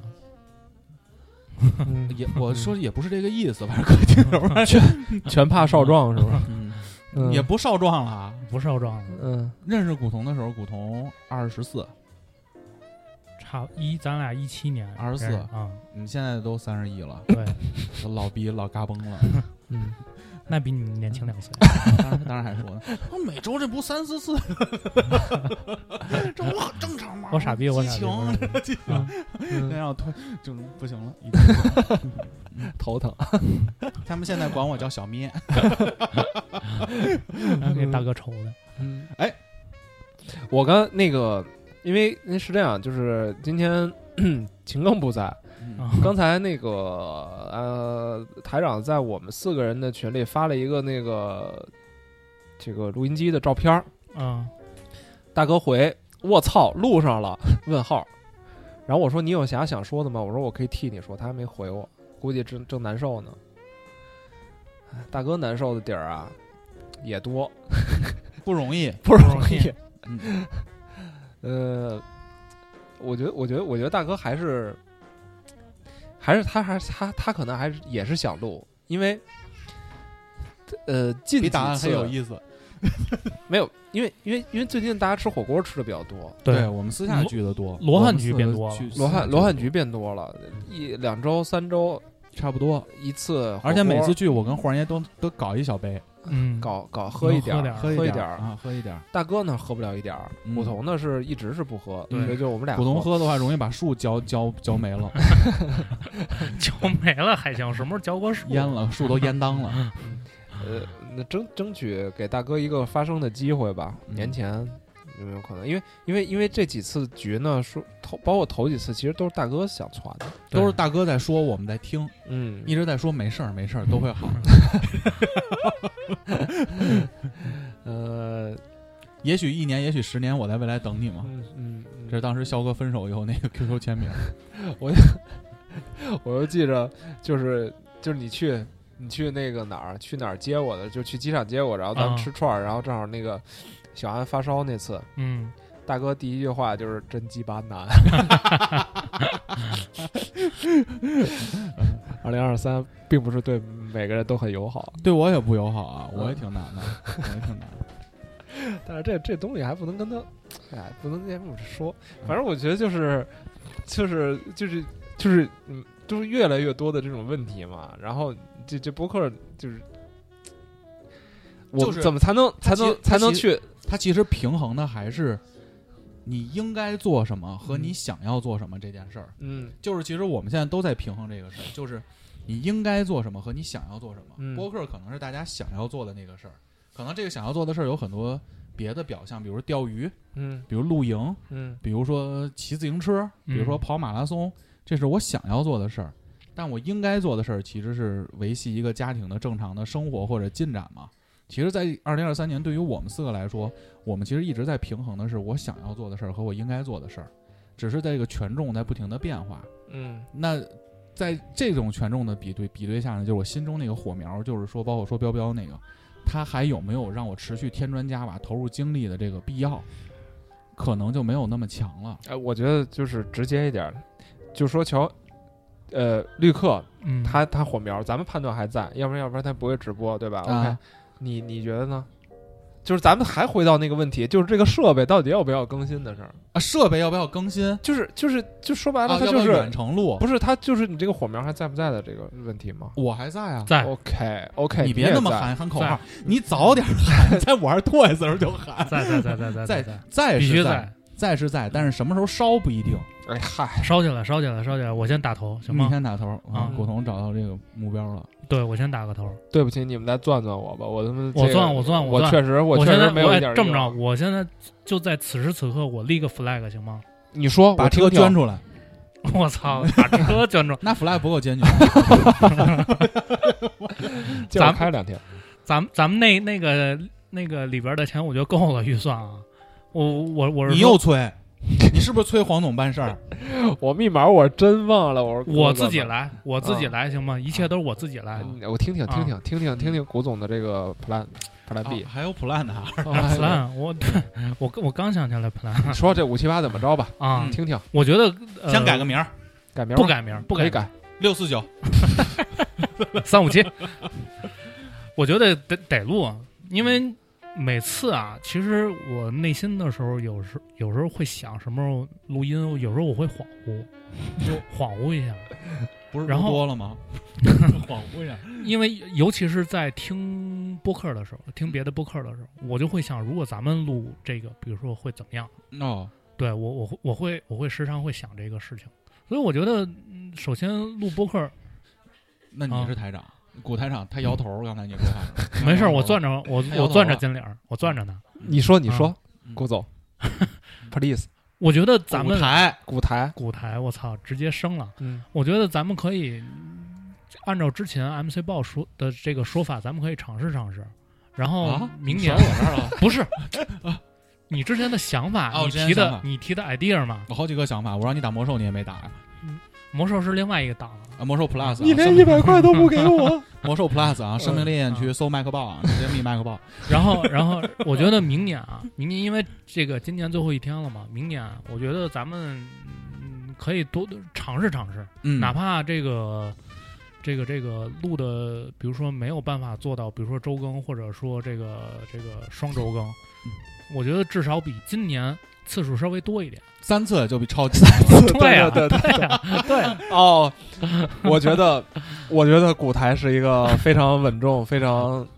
嗯、也我说也不是这个意思，反正各位听友全全怕少壮是吧？ 嗯，嗯也不少壮了， 不少壮了。 嗯， 认识古潼的时候，古潼二十四， 差一咱俩一七年二十四啊， 你现在都三十一了， 对， 都老逼老嘎嘣了， 嗯。那比你年轻两岁， 当然当然还说呢，我每周这不三四次，这不很正常吗？ 我傻逼，我傻逼，激情，那要推就不行了， 头疼。 他们现在管我叫小咩， 给大哥抽的。 嗯，哎，我刚那个，因为那是这样，就是今天秦更不在。刚才那个呃，台长在我们四个人的群里发了一个那个这个录音机的照片， 嗯， 大哥回我操录上了问号，然后我说你有啥想说的吗？我说我可以替你说，他还没回我，估计正正难受呢。大哥难受的地儿啊也多， 不容易， 不容易。 嗯， 呃，我觉得，我觉得，我觉得大哥还是。还是他还是他他可能还是也是想录，因为呃近几次比答案很有意思， 没有，因为因为因为最近大家吃火锅吃的比较多， 对我们私下聚的多， 罗汉局变多了， 罗汉罗汉局变多了，一两周三周差不多一次， 而且每次聚我跟黄爷都都搞一小杯嗯， 搞搞喝一点， 喝一点啊，喝一点。 大哥呢喝不了一点，古潼呢是一直是不喝，所以就我们俩。 古潼喝的话，容易把树嚼嚼嚼没了， 嚼没了还行，什么时候嚼过树？ 淹了，树都淹当了。 呃，那争争取给大哥一个发声的机会吧，年前。有没有可能？因为因为因为这几次局呢，说头包括头几次，其实都是大哥想传的， 都是大哥在说，我们在听， 嗯， 一直在说没事儿没事儿都会好。 呃， 也许一年，也许十年，我在未来等你嘛。 嗯嗯， 这是当时肖哥分手以后那个 Q Q 签名， 我我又记着，就是就是你去你去那个哪儿去哪儿接我的，就去机场接我，然后咱们吃串儿，然后正好那个。小安发烧那次， 嗯， 大哥第一句话就是“真鸡巴难”。二零二三并不是对每个人都很友好， 对我也不友好啊，我也挺难的，我也挺难的。 但是这这东西还不能跟他，哎，不能这么说。反正我觉得就是，就是就是就是嗯，就是越来越多的这种问题嘛。然后这这播客就是，我怎么才能才能才能去？ 它其实平衡的还是你应该做什么和你想要做什么这件事儿。 嗯， 就是其实我们现在都在平衡这个事儿，就是你应该做什么和你想要做什么。 嗯、 播客可能是大家想要做的那个事儿，可能这个想要做的事儿有很多别的表象，比如钓鱼， 嗯， 比如露营， 嗯， 比如说骑自行车，比如说跑马拉松，嗯、这是我想要做的事儿。但我应该做的事儿其实是维系一个家庭的正常的生活或者进展嘛。其实，在二零二三年，对于我们四个来说，我们其实一直在平衡的是我想要做的事儿和我应该做的事儿，只是在这个权重在不停的变化。 嗯， 那在这种权重的比对比对下呢，就是我心中那个火苗，就是说，包括说彪彪那个，他还有没有让我持续添砖加瓦、投入精力的这个必要，可能就没有那么强了。 哎、呃，我觉得就是直接一点，就说乔。呃，绿客， 嗯， 他他火苗，咱们判断还在，要不然要不然他不会直播，对吧、啊、？OK， 你你觉得呢？就是咱们还回到那个问题，就是这个设备到底要不要更新的事儿啊？设备要不要更新？ 就是就是就说白了， 啊、 它就是远程录， 不是它就是你这个火苗还在不在的这个问题吗？ 我还在啊， 在。 OK OK， 你别那么喊喊口号，你早点喊，在玩 Toys 的时候就喊， 在在在在在在在必须在。在是在，但是什么时候烧不一定。 哎嗨， 烧起来，烧起来，烧起来！我先打头，行吗？ 你先打头啊！古潼找到这个目标了。 对，我先打个头。 对不起，你们再钻钻我吧，我他妈、这个、 我钻，我钻， 我钻。 确实， 我确实没有一点。 这么着，我现在就在此时此刻，我立个 flag 行吗？ 你说， 把车捐出来。 我操，把车捐出来， 那 flag 不够坚决。 咱们开两天， 咱们咱们那那个那个里边的钱，我觉得够了预算啊。我我我是你又催。你是不是催黄总办事儿？ 我密码我真忘了，我我自己来，我自己来行吗？一切都是我自己来。 我听听听听听听听听古总的这个 plan plan B， 还有 plan 呢 ？plan 我我我刚想起来 plan。 说这五七八怎么着吧？ 啊， 听听。 我觉得先改个名儿， 改名不改名不可以改六四九三五七。我觉得得得录，因为。每次啊，其实我内心的时候，有时有时候会想什么时候录音，有时候我会恍惚，就恍惚一下， 不是然后多了吗？恍惚一下， 因为尤其是在听播客的时候，听别的播客的时候，我就会想，如果咱们录这个，比如说会怎么样？ 哦， 对我我会我会我会时常会想这个事情，所以我觉得，首先录播客， 那你是台长。啊古台长他摇头，刚才你说话没事，我攥着我我攥着金领，我攥着呢。 你说你说，古总 ，please， 我觉得咱们古台古台古台，我操，直接升了。 嗯， 我觉得咱们可以按照之前 M C 报说的这个说法，咱们可以尝试尝试。然后明年我这儿了， 不是你之前的想法，你提的你提的 idea 嘛？ 有好几个想法，我让你打魔兽，你也没打呀。 魔兽是另外一个档啊，魔兽 Plus， 你连一百块都不给我。 魔兽 Plus 啊，生命烈焰区搜麦克豹啊，直接密麦克豹。 然后，然后我觉得明年啊，明年因为这个今年最后一天了嘛，明年我觉得咱们可以多尝试尝试， 嗯， 哪怕这个这个这个录的，比如说没有办法做到，比如说周更，或者说这个这个双周更，嗯、我觉得至少比今年次数稍微多一点。 三次就比超级三次， 对呀、啊， 对对对呀，对哦，我觉得，我觉得古台是一个非常稳重、非常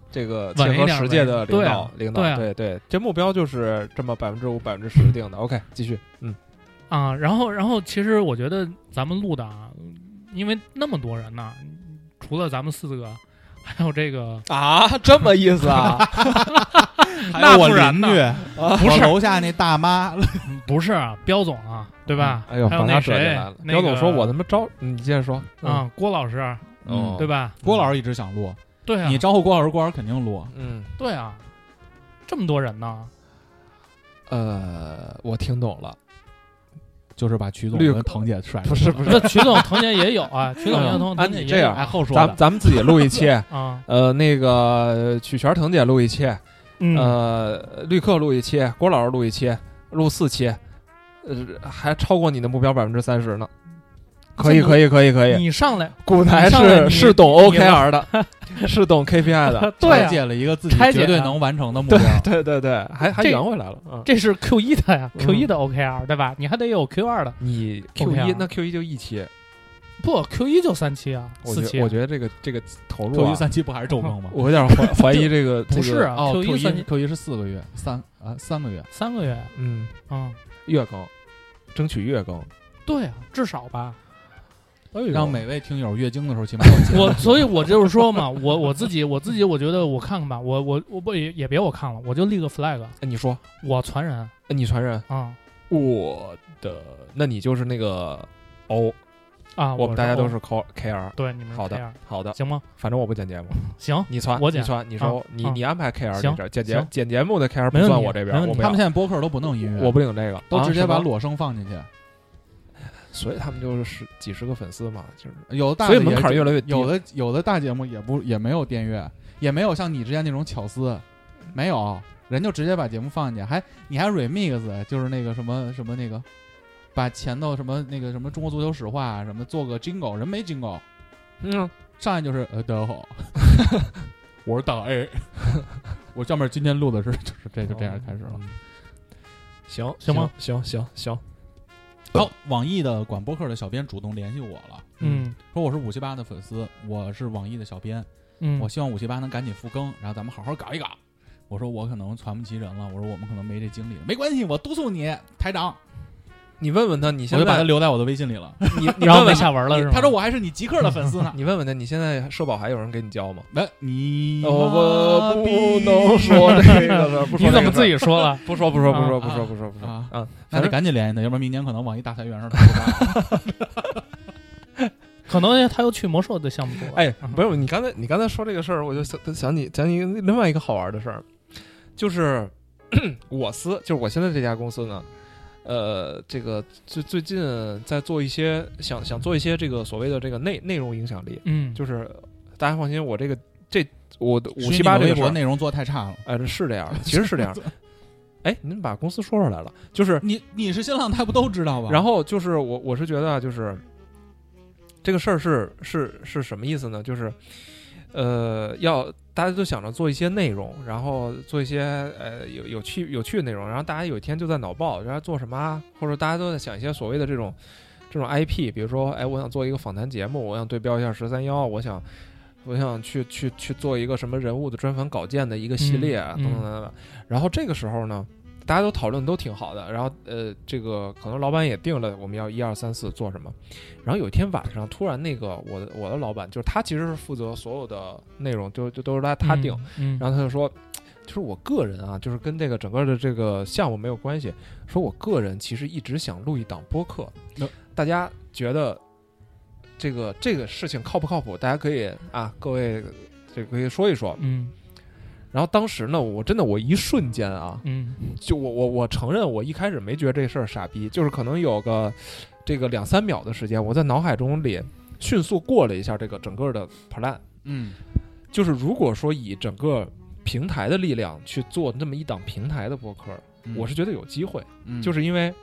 这个切合实际的领导，领导，对对，这目标就是这么百分之五、百分之十定的。OK， 继续，嗯啊，然后然后其实我觉得咱们录的啊，因为那么多人呢，除了咱们四个，还有这个啊，这么意思啊？ 还有我邻居， 不是楼下那大妈， 不是彪总啊，对吧？ 哎呦， 还有那谁， 彪总说我他妈招，你接着说啊，郭老师， 嗯， 对吧？ 郭老师一直想录。 对啊， 你招呼郭老师，郭老师肯定录。 嗯， 对啊，这么多人呢。 呃，我听懂了， 就是把曲总跟腾姐甩。 不是不是，曲总腾姐也有啊，曲总跟腾腾姐也有。 这样， 哎，后说咱咱们自己录一期啊。 呃，那个曲璇腾姐录一期，呃，绿客录一期，郭老师录一期，录四期，呃，还超过你的目标百分之三十呢。可以可以可以可以， 你上来， 古台是是懂 O K R 的，是懂 K P I 的， 对， 拆解了一个自己绝对能完成的目标， 对对对，还还圆回来了， 这是 Q 一的呀 ，Q 一的 O K R 对吧？你还得有 Q 二的， 你 Q 一那 Q 一就一期， 不 Q 一就三期啊，四期。 我觉得这个这个投入 Q 一三期不还是周更吗？ 我有点怀怀疑这个不是啊 ，Q 一三 Q 一是四个月，三啊三个月， 三个月， 嗯啊， 月更，争取月更， 对啊，至少吧。 让每位听友月经的时候起码我，所以我就是说嘛，我我自己我自己我觉得我看看吧，我我我不也也别我看了，我就立个 flag。 哎，你说我传人， 你传人啊， 我的，那你就是那个 O 啊， 我们大家都是 K R， 对，你们好的好的， 行吗？ 反正我不剪节目， 行， 你传我你传，你说你你安排 K R 这边剪节剪节目的 K R 不算我这边， 他们现在播客都不弄音乐， 我不领这个， 都直接把裸声放进去。 所以他们就是十几十个粉丝嘛，就是有的大， 所以门槛越来越低。 有的有的大节目也不也没有电乐，也没有像你之前那种巧思，没有人就直接把节目放进去，还你还 remix， 就是那个什么什么那个，把前头什么那个什么中国足球史话什么做个 jingle， 人没 jingle， 嗯， 上来就是呃大家好，我是大 A， 我上面今天录的是就是这就这样开始了， 嗯、行行吗？ 行行行。 好，网易的管播客的小编主动联系我了， 嗯， 说我是五七八的粉丝，我是网易的小编， 嗯， 我希望五七八能赶紧复更，然后咱们好好搞一搞。我说我可能传不齐人了，我说我们可能没这精力，没关系，我督促你，台长， 你问问他，你现在我就把他留在我的微信里了， 你然后没下文了是吗？ 他说我还是你极客的粉丝呢， 你问问他，你现在社保还有人给你交吗？ 那你我不能说这个，不说你怎么自己说了？ 不说不说不说不说不说不说啊！那得赶紧联系他，要不然明年可能网易大裁员时候可能他又去魔兽的项目组了。 哎，不是你刚才你刚才说这个事儿，我就想想你讲你另外一个好玩的事儿，就是我司，就是我现在这家公司呢，呃，这个最最近在做一些想想做一些这个所谓的这个内内容影响力， 嗯， 就是大家放心，我这个这我的五七八这个微博内容做太差了， 哎，是这样的，其实是这样的。哎，您把公司说出来了，就是你你是新浪，他不都知道吧？ 然后就是我我是觉得就是这个事儿是是是什么意思呢？就是呃，要大家都想着做一些内容，然后做一些呃有有趣有趣的内容，然后大家有一天就在脑爆，然后做什么啊？或者大家都在想一些所谓的这种这种 I P， 比如说，哎，我想做一个访谈节目，我想对标一下十三幺，我想。我想去去去做一个什么人物的专访稿件的一个系列啊， 嗯、 等等等等。然后这个时候呢，大家都讨论都挺好的。然后呃，这个可能老板也定了我们要一二三四做什么。然后有一天晚上，突然那个我的我的老板就是他，其实是负责所有的内容，就就都是他他定。 嗯嗯、 然后他就说，就是我个人啊，就是跟这个整个的这个项目没有关系。说我个人其实一直想录一档播客， 嗯、 大家觉得。这个这个事情靠不靠谱？大家可以啊，各位这个可以说一说。 嗯， 然后当时呢，我真的我一瞬间啊， 嗯， 就我我我承认，我一开始没觉得这事儿傻逼，就是可能有个这个两三秒的时间，我在脑海中里迅速过了一下这个整个的 plan。 嗯， 就是如果说以整个平台的力量去做那么一档平台的播客， 嗯、 我是觉得有机会， 嗯、 就是因为，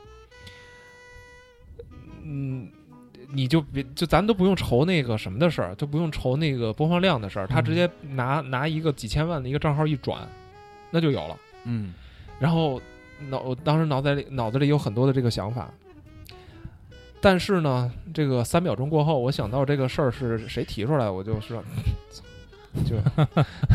嗯。你就别就咱都不用愁那个什么的事儿，就不用愁那个播放量的事儿，他直接拿拿一个几千万的一个账号一转，那就有了。 嗯， 然后脑我当时脑袋里脑子里有很多的这个想法，但是呢，这个三秒钟过后，我想到这个事儿是谁提出来，我就说，就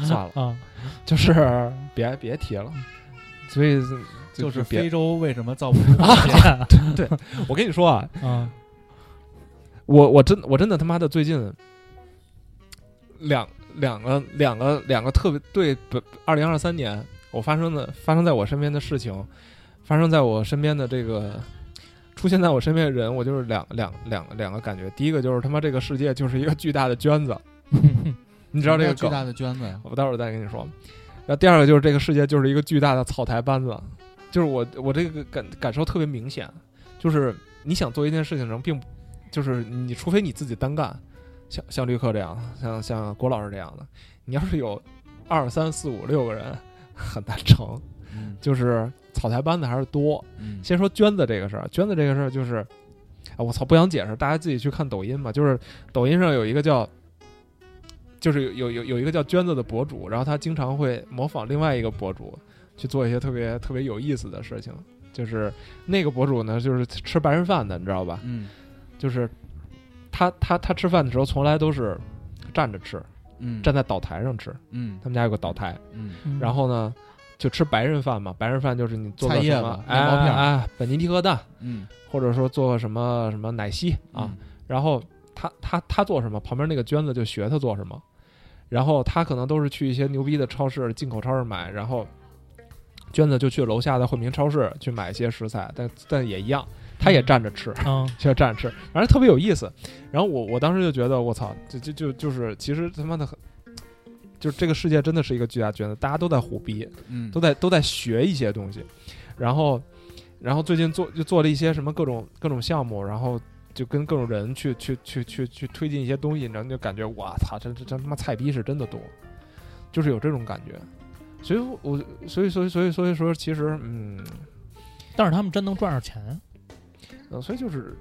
算了啊， 就是别别提了。所以就就是非洲为什么造不出火箭？ 对，我跟你说啊， 啊， 我我真我真的他妈的最近两两个两个两个特别对二零二三年我发生的发生在我身边的事情，发生在我身边的这个出现在我身边的人，我就是两两两两个感觉。第一个就是他妈这个世界就是一个巨大的圈子，你知道这个巨大的圈子呀？ 我待会儿再跟你说。然后第二个就是这个世界就是一个巨大的草台班子，就是我我这个感感受特别明显，就是你想做一件事情的时候，并就是你除非你自己单干，像像绿客这样，像像郭老师这样的，你要是有二三四五六个人，很难成。 嗯， 就是草台班子还是多。 嗯， 先说娟子这个事儿，娟子这个事儿就是，啊，我操，不想解释，大家自己去看抖音吧。就是抖音上有一个叫。就是有有有一个叫娟子的博主，然后他经常会模仿另外一个博主去做一些特别特别有意思的事情。就是那个博主呢，就是吃白人饭的，你知道吧？ 嗯， 就是他他他吃饭的时候从来都是站着吃， 嗯， 站在岛台上吃。 嗯， 他们家有个岛台， 嗯， 然后呢就吃白人饭嘛。白人饭就是你做个什么面包片， 哎，本尼迪克蛋， 嗯， 或者说做个什么什么奶昔啊。 嗯、 然后他他他做什么，旁边那个娟子就学他做什么。然后他可能都是去一些牛逼的超市、进口超市买，然后娟子就去楼下的惠民超市去买一些食材，但但也一样，他也站着吃， 嗯， 就要站着吃，反正特别有意思。然后我我当时就觉得，我操，就就就就是其实他妈的很，就是这个世界真的是一个巨大圈子，大家都在胡逼， 嗯， 都在都在学一些东西，然后然后最近做就做了一些什么各种各种项目，然后。就跟各种人去去去去去推进一些东西，然后就感觉哇操，这这这他妈菜逼是真的多，就是有这种感觉。所以我所以所以所以所以说其实嗯， 但是他们真能赚着钱， 呃，所以就是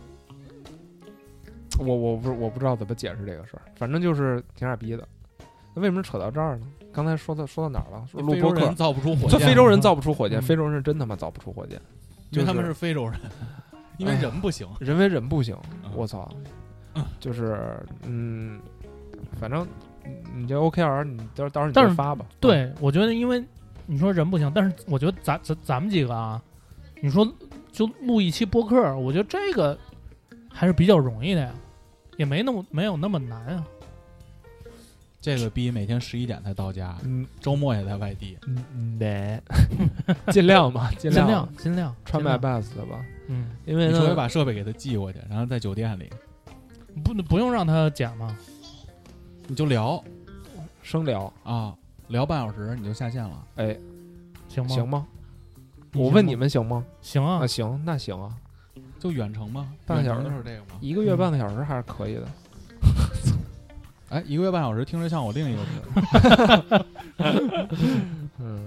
我我不我不知道怎么解释这个事儿，反正就是挺傻逼的。那为什么扯到这儿呢？刚才说到说到哪儿了？说录播客造不出火箭， 这非洲人造不出火箭， 嗯、 非洲人真他妈造不出火箭， 因为他们是非洲人。因为人不行， 哎、人为人不行， 嗯、 我操！就是嗯，反正你这 O K R， 你到到时候你就发吧。 对、嗯，我觉得因为你说人不行，但是我觉得咱咱咱们几个啊，你说就录一期播客，我觉得这个还是比较容易的呀，也没那么没有那么难啊。 这个逼每天十一点才到家， 嗯， 周末也在外地， 嗯，对，尽量吧，尽量尽量尽量穿 my best 的吧， 嗯， 因为你除非把设备给他寄过去，然后在酒店里， 不不用让他剪吗？ 你就聊， 生聊啊，聊半小时你就下线了， 哎， 行吗？ 行吗？我问你们行吗？ 行啊， 啊行，那行啊， 就远程吗？ 半个小时就是这个吗？ 一个月半个小时还是可以的。 哎，一个月半小时听着像我另一个歌。 嗯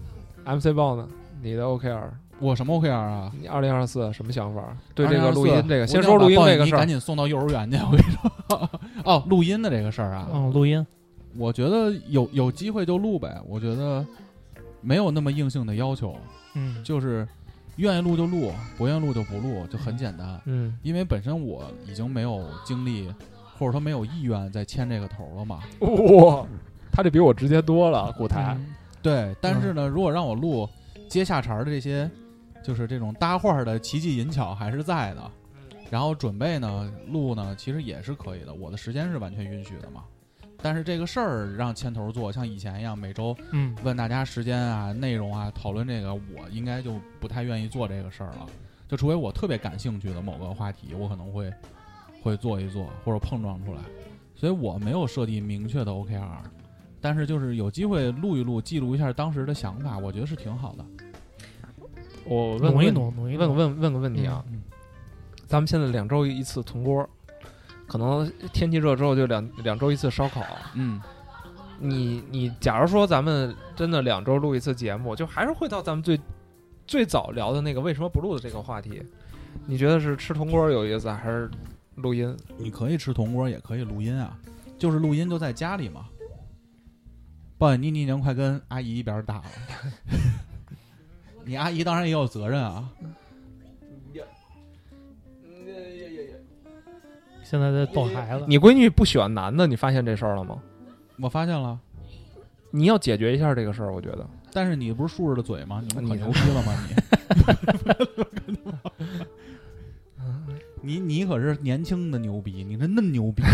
，M C 报呢？你的 O K R？ 我什么 O K R 啊？ 你二零二四什么想法？对这个录音这个，先说录音这个事儿， 赶紧送到幼儿园去。我跟你说，哦，录音的这个事儿啊， 嗯，录音， 我觉得有有机会就录呗。我觉得没有那么硬性的要求， 嗯， 就是愿意录就录，不愿意录就不录，就很简单。 嗯， 因为本身我已经没有精力。或者说没有意愿再牵这个头了嘛？ 哇，他这比我直接多了，舞台、 嗯。对，但是呢，嗯、如果让我录接下茬的这些，就是这种搭话的奇技淫巧还是在的。然后准备呢，录呢，其实也是可以的，我的时间是完全允许的嘛。但是这个事儿让牵头做，像以前一样每周嗯问大家时间啊、内容啊讨论这个，我应该就不太愿意做这个事儿了。就除非我特别感兴趣的某个话题，我可能会。会做一做或者碰撞出来，所以我没有设定明确的 O K R， 但是就是有机会录一录，记录一下当时的想法，我觉得是挺好的。 我问努一努，努一问问问个问题啊， 嗯、 咱们现在两周一次铜锅，可能天气热之后就两两周一次烧烤。 嗯， 你你假如说咱们真的两周录一次节目，就还是会到咱们最最早聊的那个为什么不录的这个话题。你觉得是吃铜锅有意思，还是？录音， 你可以吃铜锅，也可以录音啊，就是录音就在家里嘛。抱怨妮妮已经快跟阿姨一边打了，你阿姨当然也有责任啊。 现在在逗孩子。 你闺女不喜欢男的，你发现这事儿了吗？ 我发现了。 你要解决一下这个事儿，我觉得。 但是你不是竖着的嘴吗？你不可牛逼了吗？你你你可是年轻的牛逼，你是嫩牛逼。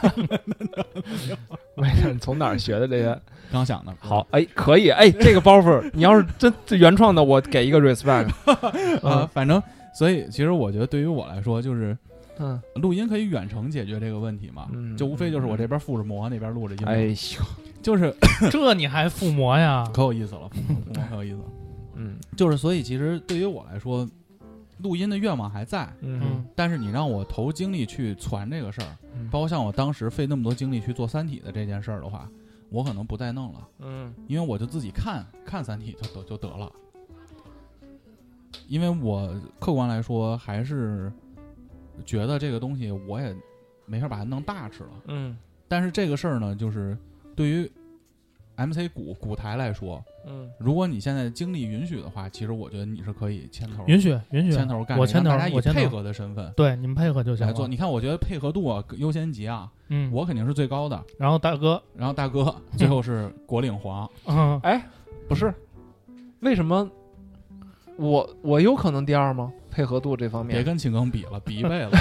没事，从哪儿学的这些？ 刚想的。 好，哎，可以，哎，这个包袱，你要是真原创的，我给一个 respect 啊。反正，所以其实我觉得对于我来说，就是嗯， 录音可以远程解决这个问题嘛， 嗯、 就无非就是我这边附着模，那边录着音。 哎呦， 就是这你还附模呀？ 可有意思了，附模可有意思。 嗯， 就是所以其实对于我来说，录音的愿望还在， 嗯， 但是你让我投精力去传这个事儿， 嗯、 包括像我当时费那么多精力去做《三体》的这件事儿的话，我可能不再弄了， 嗯， 因为我就自己看看《三体》就得就得了，因为我客观来说还是觉得这个东西我也没法把它弄大吃了， 嗯， 但是这个事儿呢，就是对于 M C 鼓鼓台来说， 嗯， 如果你现在精力允许的话，其实我觉得你是可以牵头， 允许允许牵头干， 我牵头， 大家以我配合的身份， 对你们配合就行来做。你看，我觉得配合度啊优先级啊， 嗯， 我肯定是最高的。 然后大哥， 然后大哥，最后是国领黄。 嗯， 哎，不是，为什么我我有可能第二吗？配合度这方面， 别跟秦庚比了，比一辈子。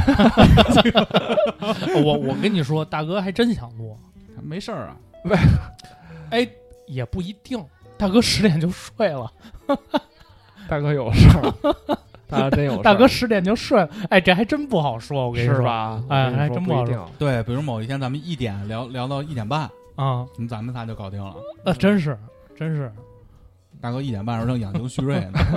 我我跟你说，大哥还真想录， 没事儿啊。 哎，也不一定，大哥十点就睡了。 大哥有事儿，大哥真有事儿。 大哥十点就睡了，哎，这还真不好说，我跟你说， 是吧？ 哎，还真不好说。 对，比如某一天咱们一点聊聊到一点半啊， 嗯，咱们仨就搞定了。 呃，真是，真是。 大哥一点半时候正养精蓄锐呢。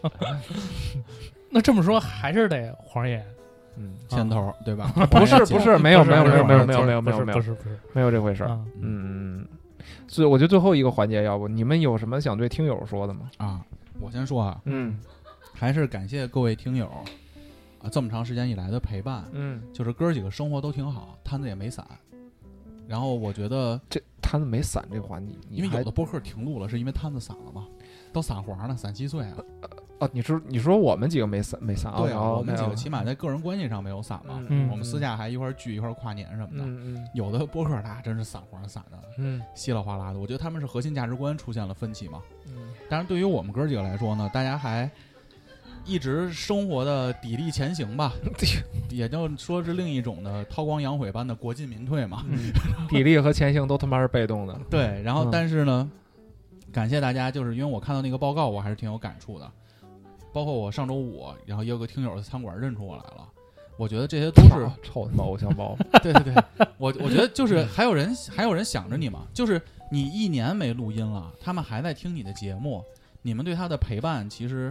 那这么说还是得黄爷， 嗯， 牵头对吧？ 不是不是，没有没有没有没有没有没有没有没有， 不是不是没有这回事儿。嗯嗯，所以我觉得最后一个环节，要不你们有什么想对听友说的吗？ 啊，我先说啊， 嗯， 还是感谢各位听友啊，这么长时间以来的陪伴。 嗯， 就是哥几个生活都挺好，摊子也没散。然后我觉得这摊子没散这话，你因为有的播客停录了，是因为摊子散了嘛，都散黄了，散稀碎啊。 哦，你说你说我们几个没散没散啊？ 对啊， 哦、 我们几个起码在个人关系上没有散嘛。 嗯， 我们私下还一块聚一块跨年什么的。 嗯嗯。 有的播客大真是散黄散的， 嗯， 稀里哗啦的。我觉得他们是核心价值观出现了分歧嘛。 嗯。 但是对于我们哥几个来说呢，大家还一直生活的砥砺前行吧，也就说是另一种的韬光养晦般的国进民退嘛。 嗯、砥砺和前行都他妈是被动的。 对，然后但是呢，嗯、感谢大家，就是因为我看到那个报告，我还是挺有感触的。包括我上周五，然后也有个听友在餐馆认出我来了，我觉得这些都是臭他妈偶像包。 对对对，我我觉得就是还有人还有人想着你嘛，就是你一年没录音了，他们还在听你的节目，你们对他的陪伴其实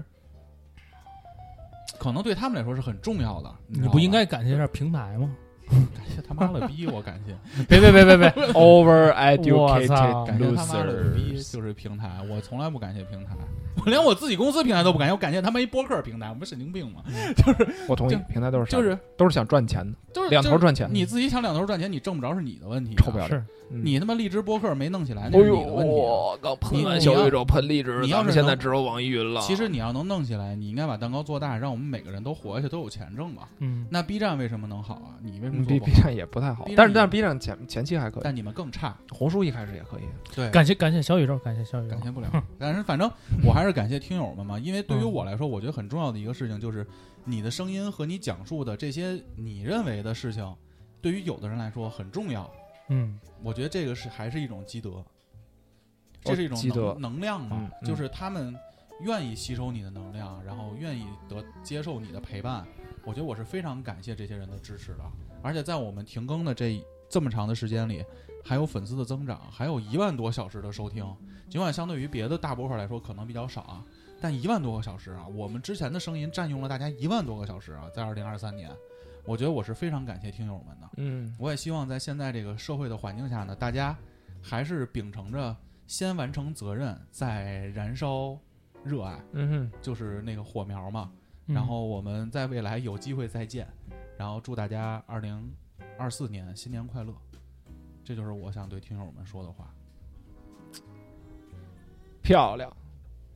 可能对他们来说是很重要的。你, 你不应该感谢一下平台吗？ 感谢他妈了逼，我感谢。 别别别别别 ，over educated， 感谢他妈了逼，就是平台，我从来不感谢平台。我连我自己公司平台都不感谢，我感谢他们一播客平台，我们神经病吗？就是我同意，平台都是就是都是想赚钱的， 就是两头赚钱。 你自己想两头赚钱，你挣不着是你的问题， 臭不要脸。 你他妈荔枝播客没弄起来，那是你的问题。 我刚喷完小宇宙，喷荔枝， 你要是现在只有网易云了。 其实你要能弄起来，你应该把蛋糕做大，让我们每个人都活下去，都有钱挣嘛。 嗯， 那 B 站为什么能好啊？你为什么做 B B 站也不太好？但是但是 B 站前前期还可以， 但你们更差。 红书一开始也可以。 对， 感谢感谢小宇宙，感谢小宇宙， 感谢不了。但是反正我还是感谢听友们嘛，因为对于我来说，我觉得很重要的一个事情就是你的声音和你讲述的这些你认为的事情，对于有的人来说很重要。 嗯， 我觉得这个是还是一种积德，这是一种积德能量嘛， 嗯嗯、 就是他们愿意吸收你的能量，然后愿意得接受你的陪伴。我觉得我是非常感谢这些人的支持的，而且在我们停更的这这么长的时间里，还有粉丝的增长，还有一万多小时的收听。尽管相对于别的大播客来说可能比较少啊，但一万多个小时啊，我们之前的声音占用了大家一万多个小时啊，在二零二三年。我觉得我是非常感谢听友们的， 嗯， 我也希望在现在这个社会的环境下呢，大家还是秉承着先完成责任，再燃烧热爱， 嗯哼， 就是那个火苗嘛。 嗯、 然后我们在未来有机会再见，然后祝大家二零二四年新年快乐，这就是我想对听友们说的话。 漂亮。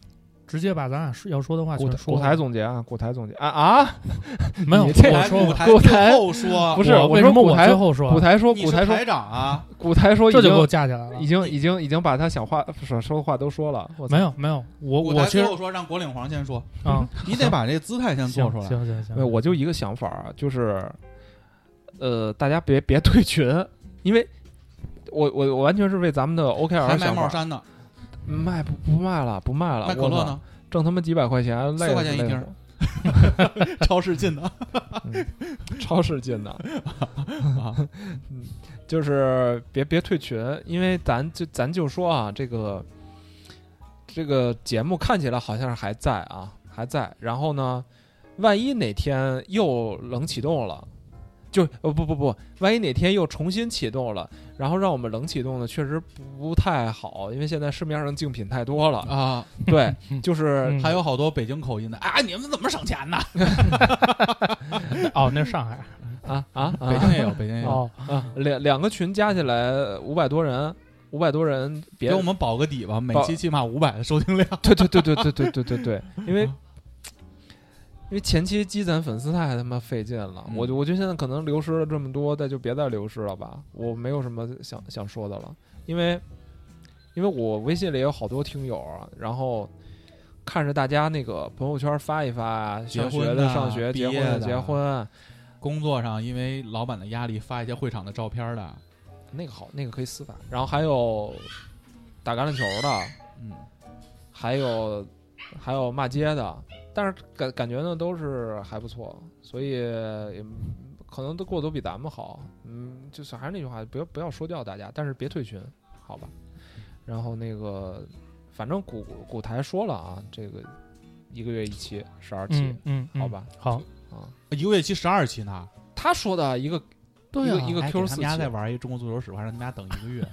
直接把咱俩要说的话全说。 舞台总结啊，舞台总结啊啊， 没有， 这我说舞台舞台后说不是， 我为什么我最后说？ 舞台说， 你舞台说台长啊， 舞台说， 这就给我架起来了， 已经已经已经把他想话说说的话都说了。 没有没有，我我其实最后说让国领黄先说啊， 你得把这姿态先做出来。 行行行， 没有，我就一个想法，就是呃，大家别别退群，因为我我我完全是为咱们的 O K R 还卖想法。 帽衫呢？ 卖不不卖了，不卖了。 卖可乐呢？ 挣他妈几百块钱， 四块钱一瓶。超市进的， 嗯、超市进的，啊、嗯，就是别别退群，因为咱就咱就说啊，这个这个节目看起来好像是还在啊，还在。然后呢，万一哪天又冷启动了。就呃不不不，万一哪天又重新启动了，然后让我们冷启动的确实不太好，因为现在市面上竞品太多了啊。 对，就是还有好多北京口音的啊，你们怎么省钱呢？ 哦，那是上海啊啊， 北京也有，北京也有哦啊，两两个群加起来五百多人，五百多人，别给我们保个底吧，每期起码五百的收听量。 对对对对对对对对对，因为。因为前期积攒粉丝太他妈费劲了， 嗯、 我就我觉得现在可能流失了这么多，那就别再流失了吧。我没有什么想想说的了，因为因为我微信里有好多听友啊，然后看着大家那个朋友圈发一发啊，上学的、上学、结婚的、结婚， 工作上因为老板的压力发一些会场的照片的， 那个好，那个可以私发。然后还有打橄榄球的， 嗯， 还有还有骂街的。但是感感觉呢都是还不错，所以也可能都过得都比咱们好。嗯，就是还是那句话，不要不要说掉大家，但是别退群，好吧？然后那个，反正古古台说了啊，这个一个月一期，十二期， 嗯，嗯好吧？ 好啊， 一个月期十二期呢？ 他说的一个， 对啊， 一个一个 Q 四期， 他们家在玩一中国足球史，我让他们家等一个月，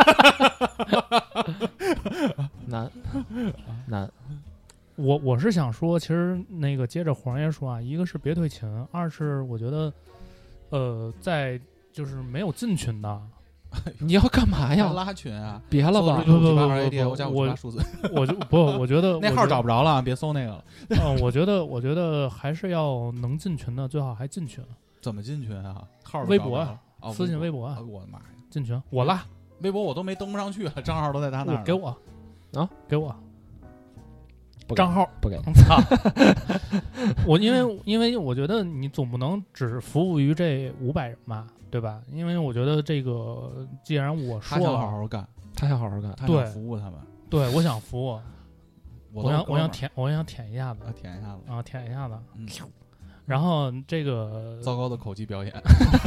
难难。 我我是想说，其实那个接着黄爷说啊，一个是别退群，二是我觉得，呃，在就是没有进群的， 你要干嘛呀？ 拉群啊？ 别了吧！ 不不不不， 我我我就不，我觉得那号找不着了，别搜那个了。 嗯，我觉得我觉得还是要能进群的，最好还进群。 怎么进群啊？号微博啊， 私信微博啊！ 我的妈呀， 进群我拉， 微博我都没登不上去，账号都在他那儿。 给我啊， 给我。账号不给， 操！我因为因为我觉得你总不能只服务于这五百人吧，对吧？因为我觉得这个，既然我说他想好好干， 他想好好干， 他想服务他们。 对，我想服务， 我想我想舔，我想舔一下子， 舔一下子啊，舔一下子。 嗯， 然后这个糟糕的口技表演，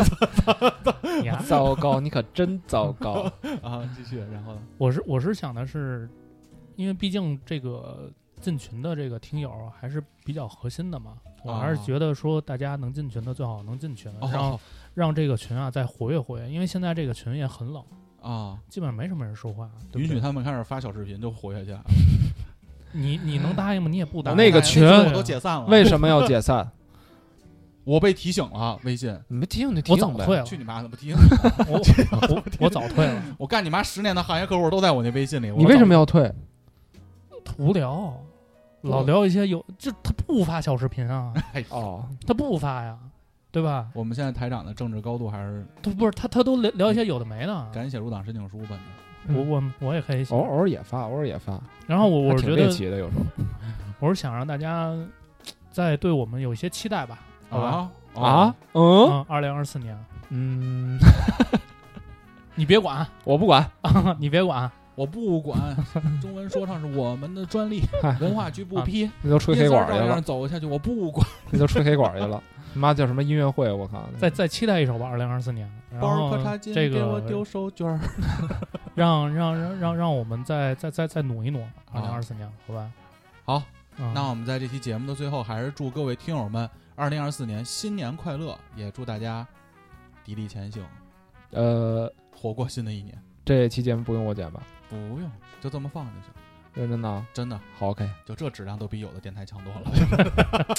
糟糕，你可真糟糕啊！继续，然后呢？ 我是我是想的是，因为毕竟这个。进群的这个听友还是比较核心的嘛，我还是觉得说大家能进群的最好能进群， 哦、 让让这个群啊再活跃活跃，因为现在这个群也很冷啊， 基本上没什么人说话， 允许他们开始发小视频就活跃起来了。 你你能答应吗？你也不答应。 那个群我都解散了， 为什么要解散？ 我被提醒了，微信你没提醒就提醒呗， 我早退了。 去你妈的！不提醒我我我早退了。 我干你妈十年的行业客户都在我那微信里， 你为什么要退？ 无聊。老聊一些有，就他不发小视频啊， 哦， 他不发呀，对吧？ 我们现在台长的政治高度还是他不是他他都聊聊一些有的没的， 赶紧写入党申请书吧你。我我我也可以写， 偶偶尔也发，偶尔也发。 然后我我是觉得， 有时候我是想让大家再对我们有一些期待吧，好吧？ 啊， 嗯，二零二四年， 嗯， 你别管， 我不管， 你别管。 我不管，中文说唱是我们的专利，文化局不批。 你都吹黑管去了， 走下去我不管。 你都吹黑管去了，妈叫什么音乐会？我靠！ 再再期待一首吧，二零二四年。然后这个给我丢手绢让让让让让我们再再再再努一努，二零二四年，好吧？ 好，那我们在这期节目的最后，还是祝各位听友们二零二四年新年快乐，也祝大家砥砺前行， 呃， 活过新的一年。 这期节目不用我剪吧？ 不用，就这么放就行。 认真的， 真的好 ，OK， 就这质量都比有的电台强多了。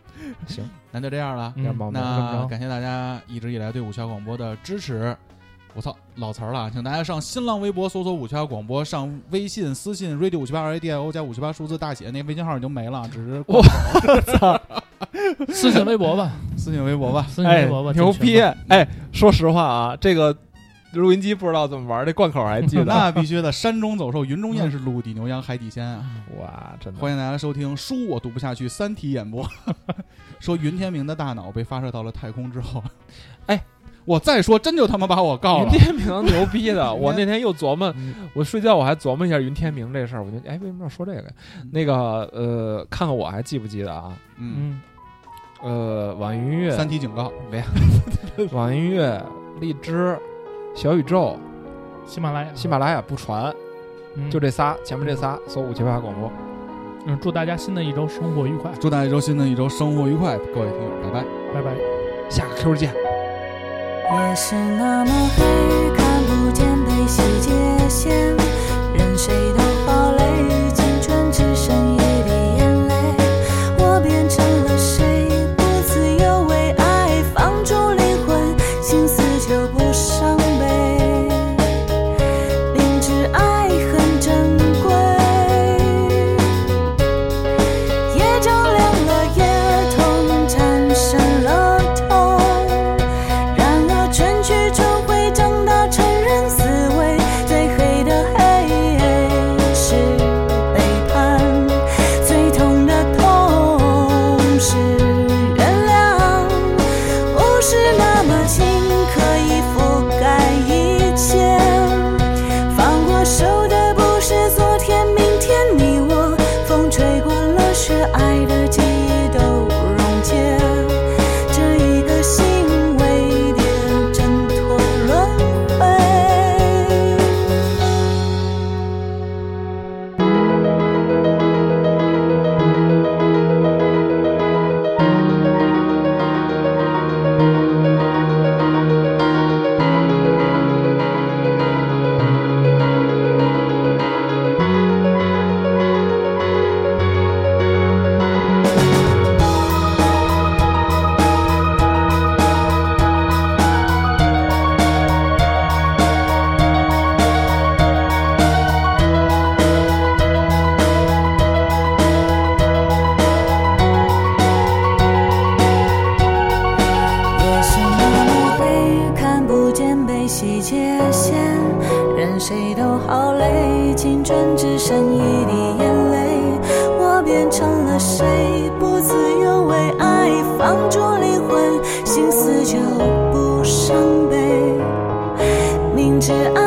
行， 那就这样了。 嗯、 那感谢大家一直以来对五七八广播的支持。 我操，老词儿了，请大家上新浪微博搜索五七八广播，上微信私信 radio 五七八 R A D I O 加五七八数字大写，那微信号已经没了，只是我操， 私信微博吧， 私信微博吧， 私信微博吧， 哎、牛逼！哎，说实话啊，这个录音机不知道怎么玩，这贯口还记得， 那必须的。山中走兽，云中雁是陆地牛羊，海底鲜啊！ 哇，真的！ 欢迎大家收听书我读不下去三体演播，说云天明的大脑被发射到了太空之后， 哎。 我再说，真就他妈把我告了。 云天明牛逼的，我那天又琢磨，我睡觉我还琢磨一下云天明这事儿，我就哎，为什么要说这个？那个呃，看看我还记不记得啊？ 嗯， 呃，网易云音乐、 三体警告， 没，网易云音乐、荔枝、小宇宙、 喜马拉雅、 喜马拉雅不传， 嗯、 就这仨，前面这仨，搜五七八广播。 嗯，祝大家新的一周生活愉快， 祝大家一周新的一周生活愉快，各位听友，拜拜， 拜拜， 下个 Q 见。 夜是那么黑，看不见悲喜界限，任谁都好累，青春只剩一滴眼泪。我变成了谁，不自由为爱放逐灵魂，心思就不伤悲，明知爱很珍贵，夜照亮了夜痛，战胜了痛，春去春会长大成人思维，最黑的黑是背叛，最痛的痛是原谅，不是那么轻可以覆盖一切，放过手的不是昨天明天，你我风吹过了雪，爱的记忆都溶解，这一个心为点轮回。谁都好累，青春只剩一滴眼泪，我变成了谁，不自由为爱放逐灵魂，心思就不伤悲，明知爱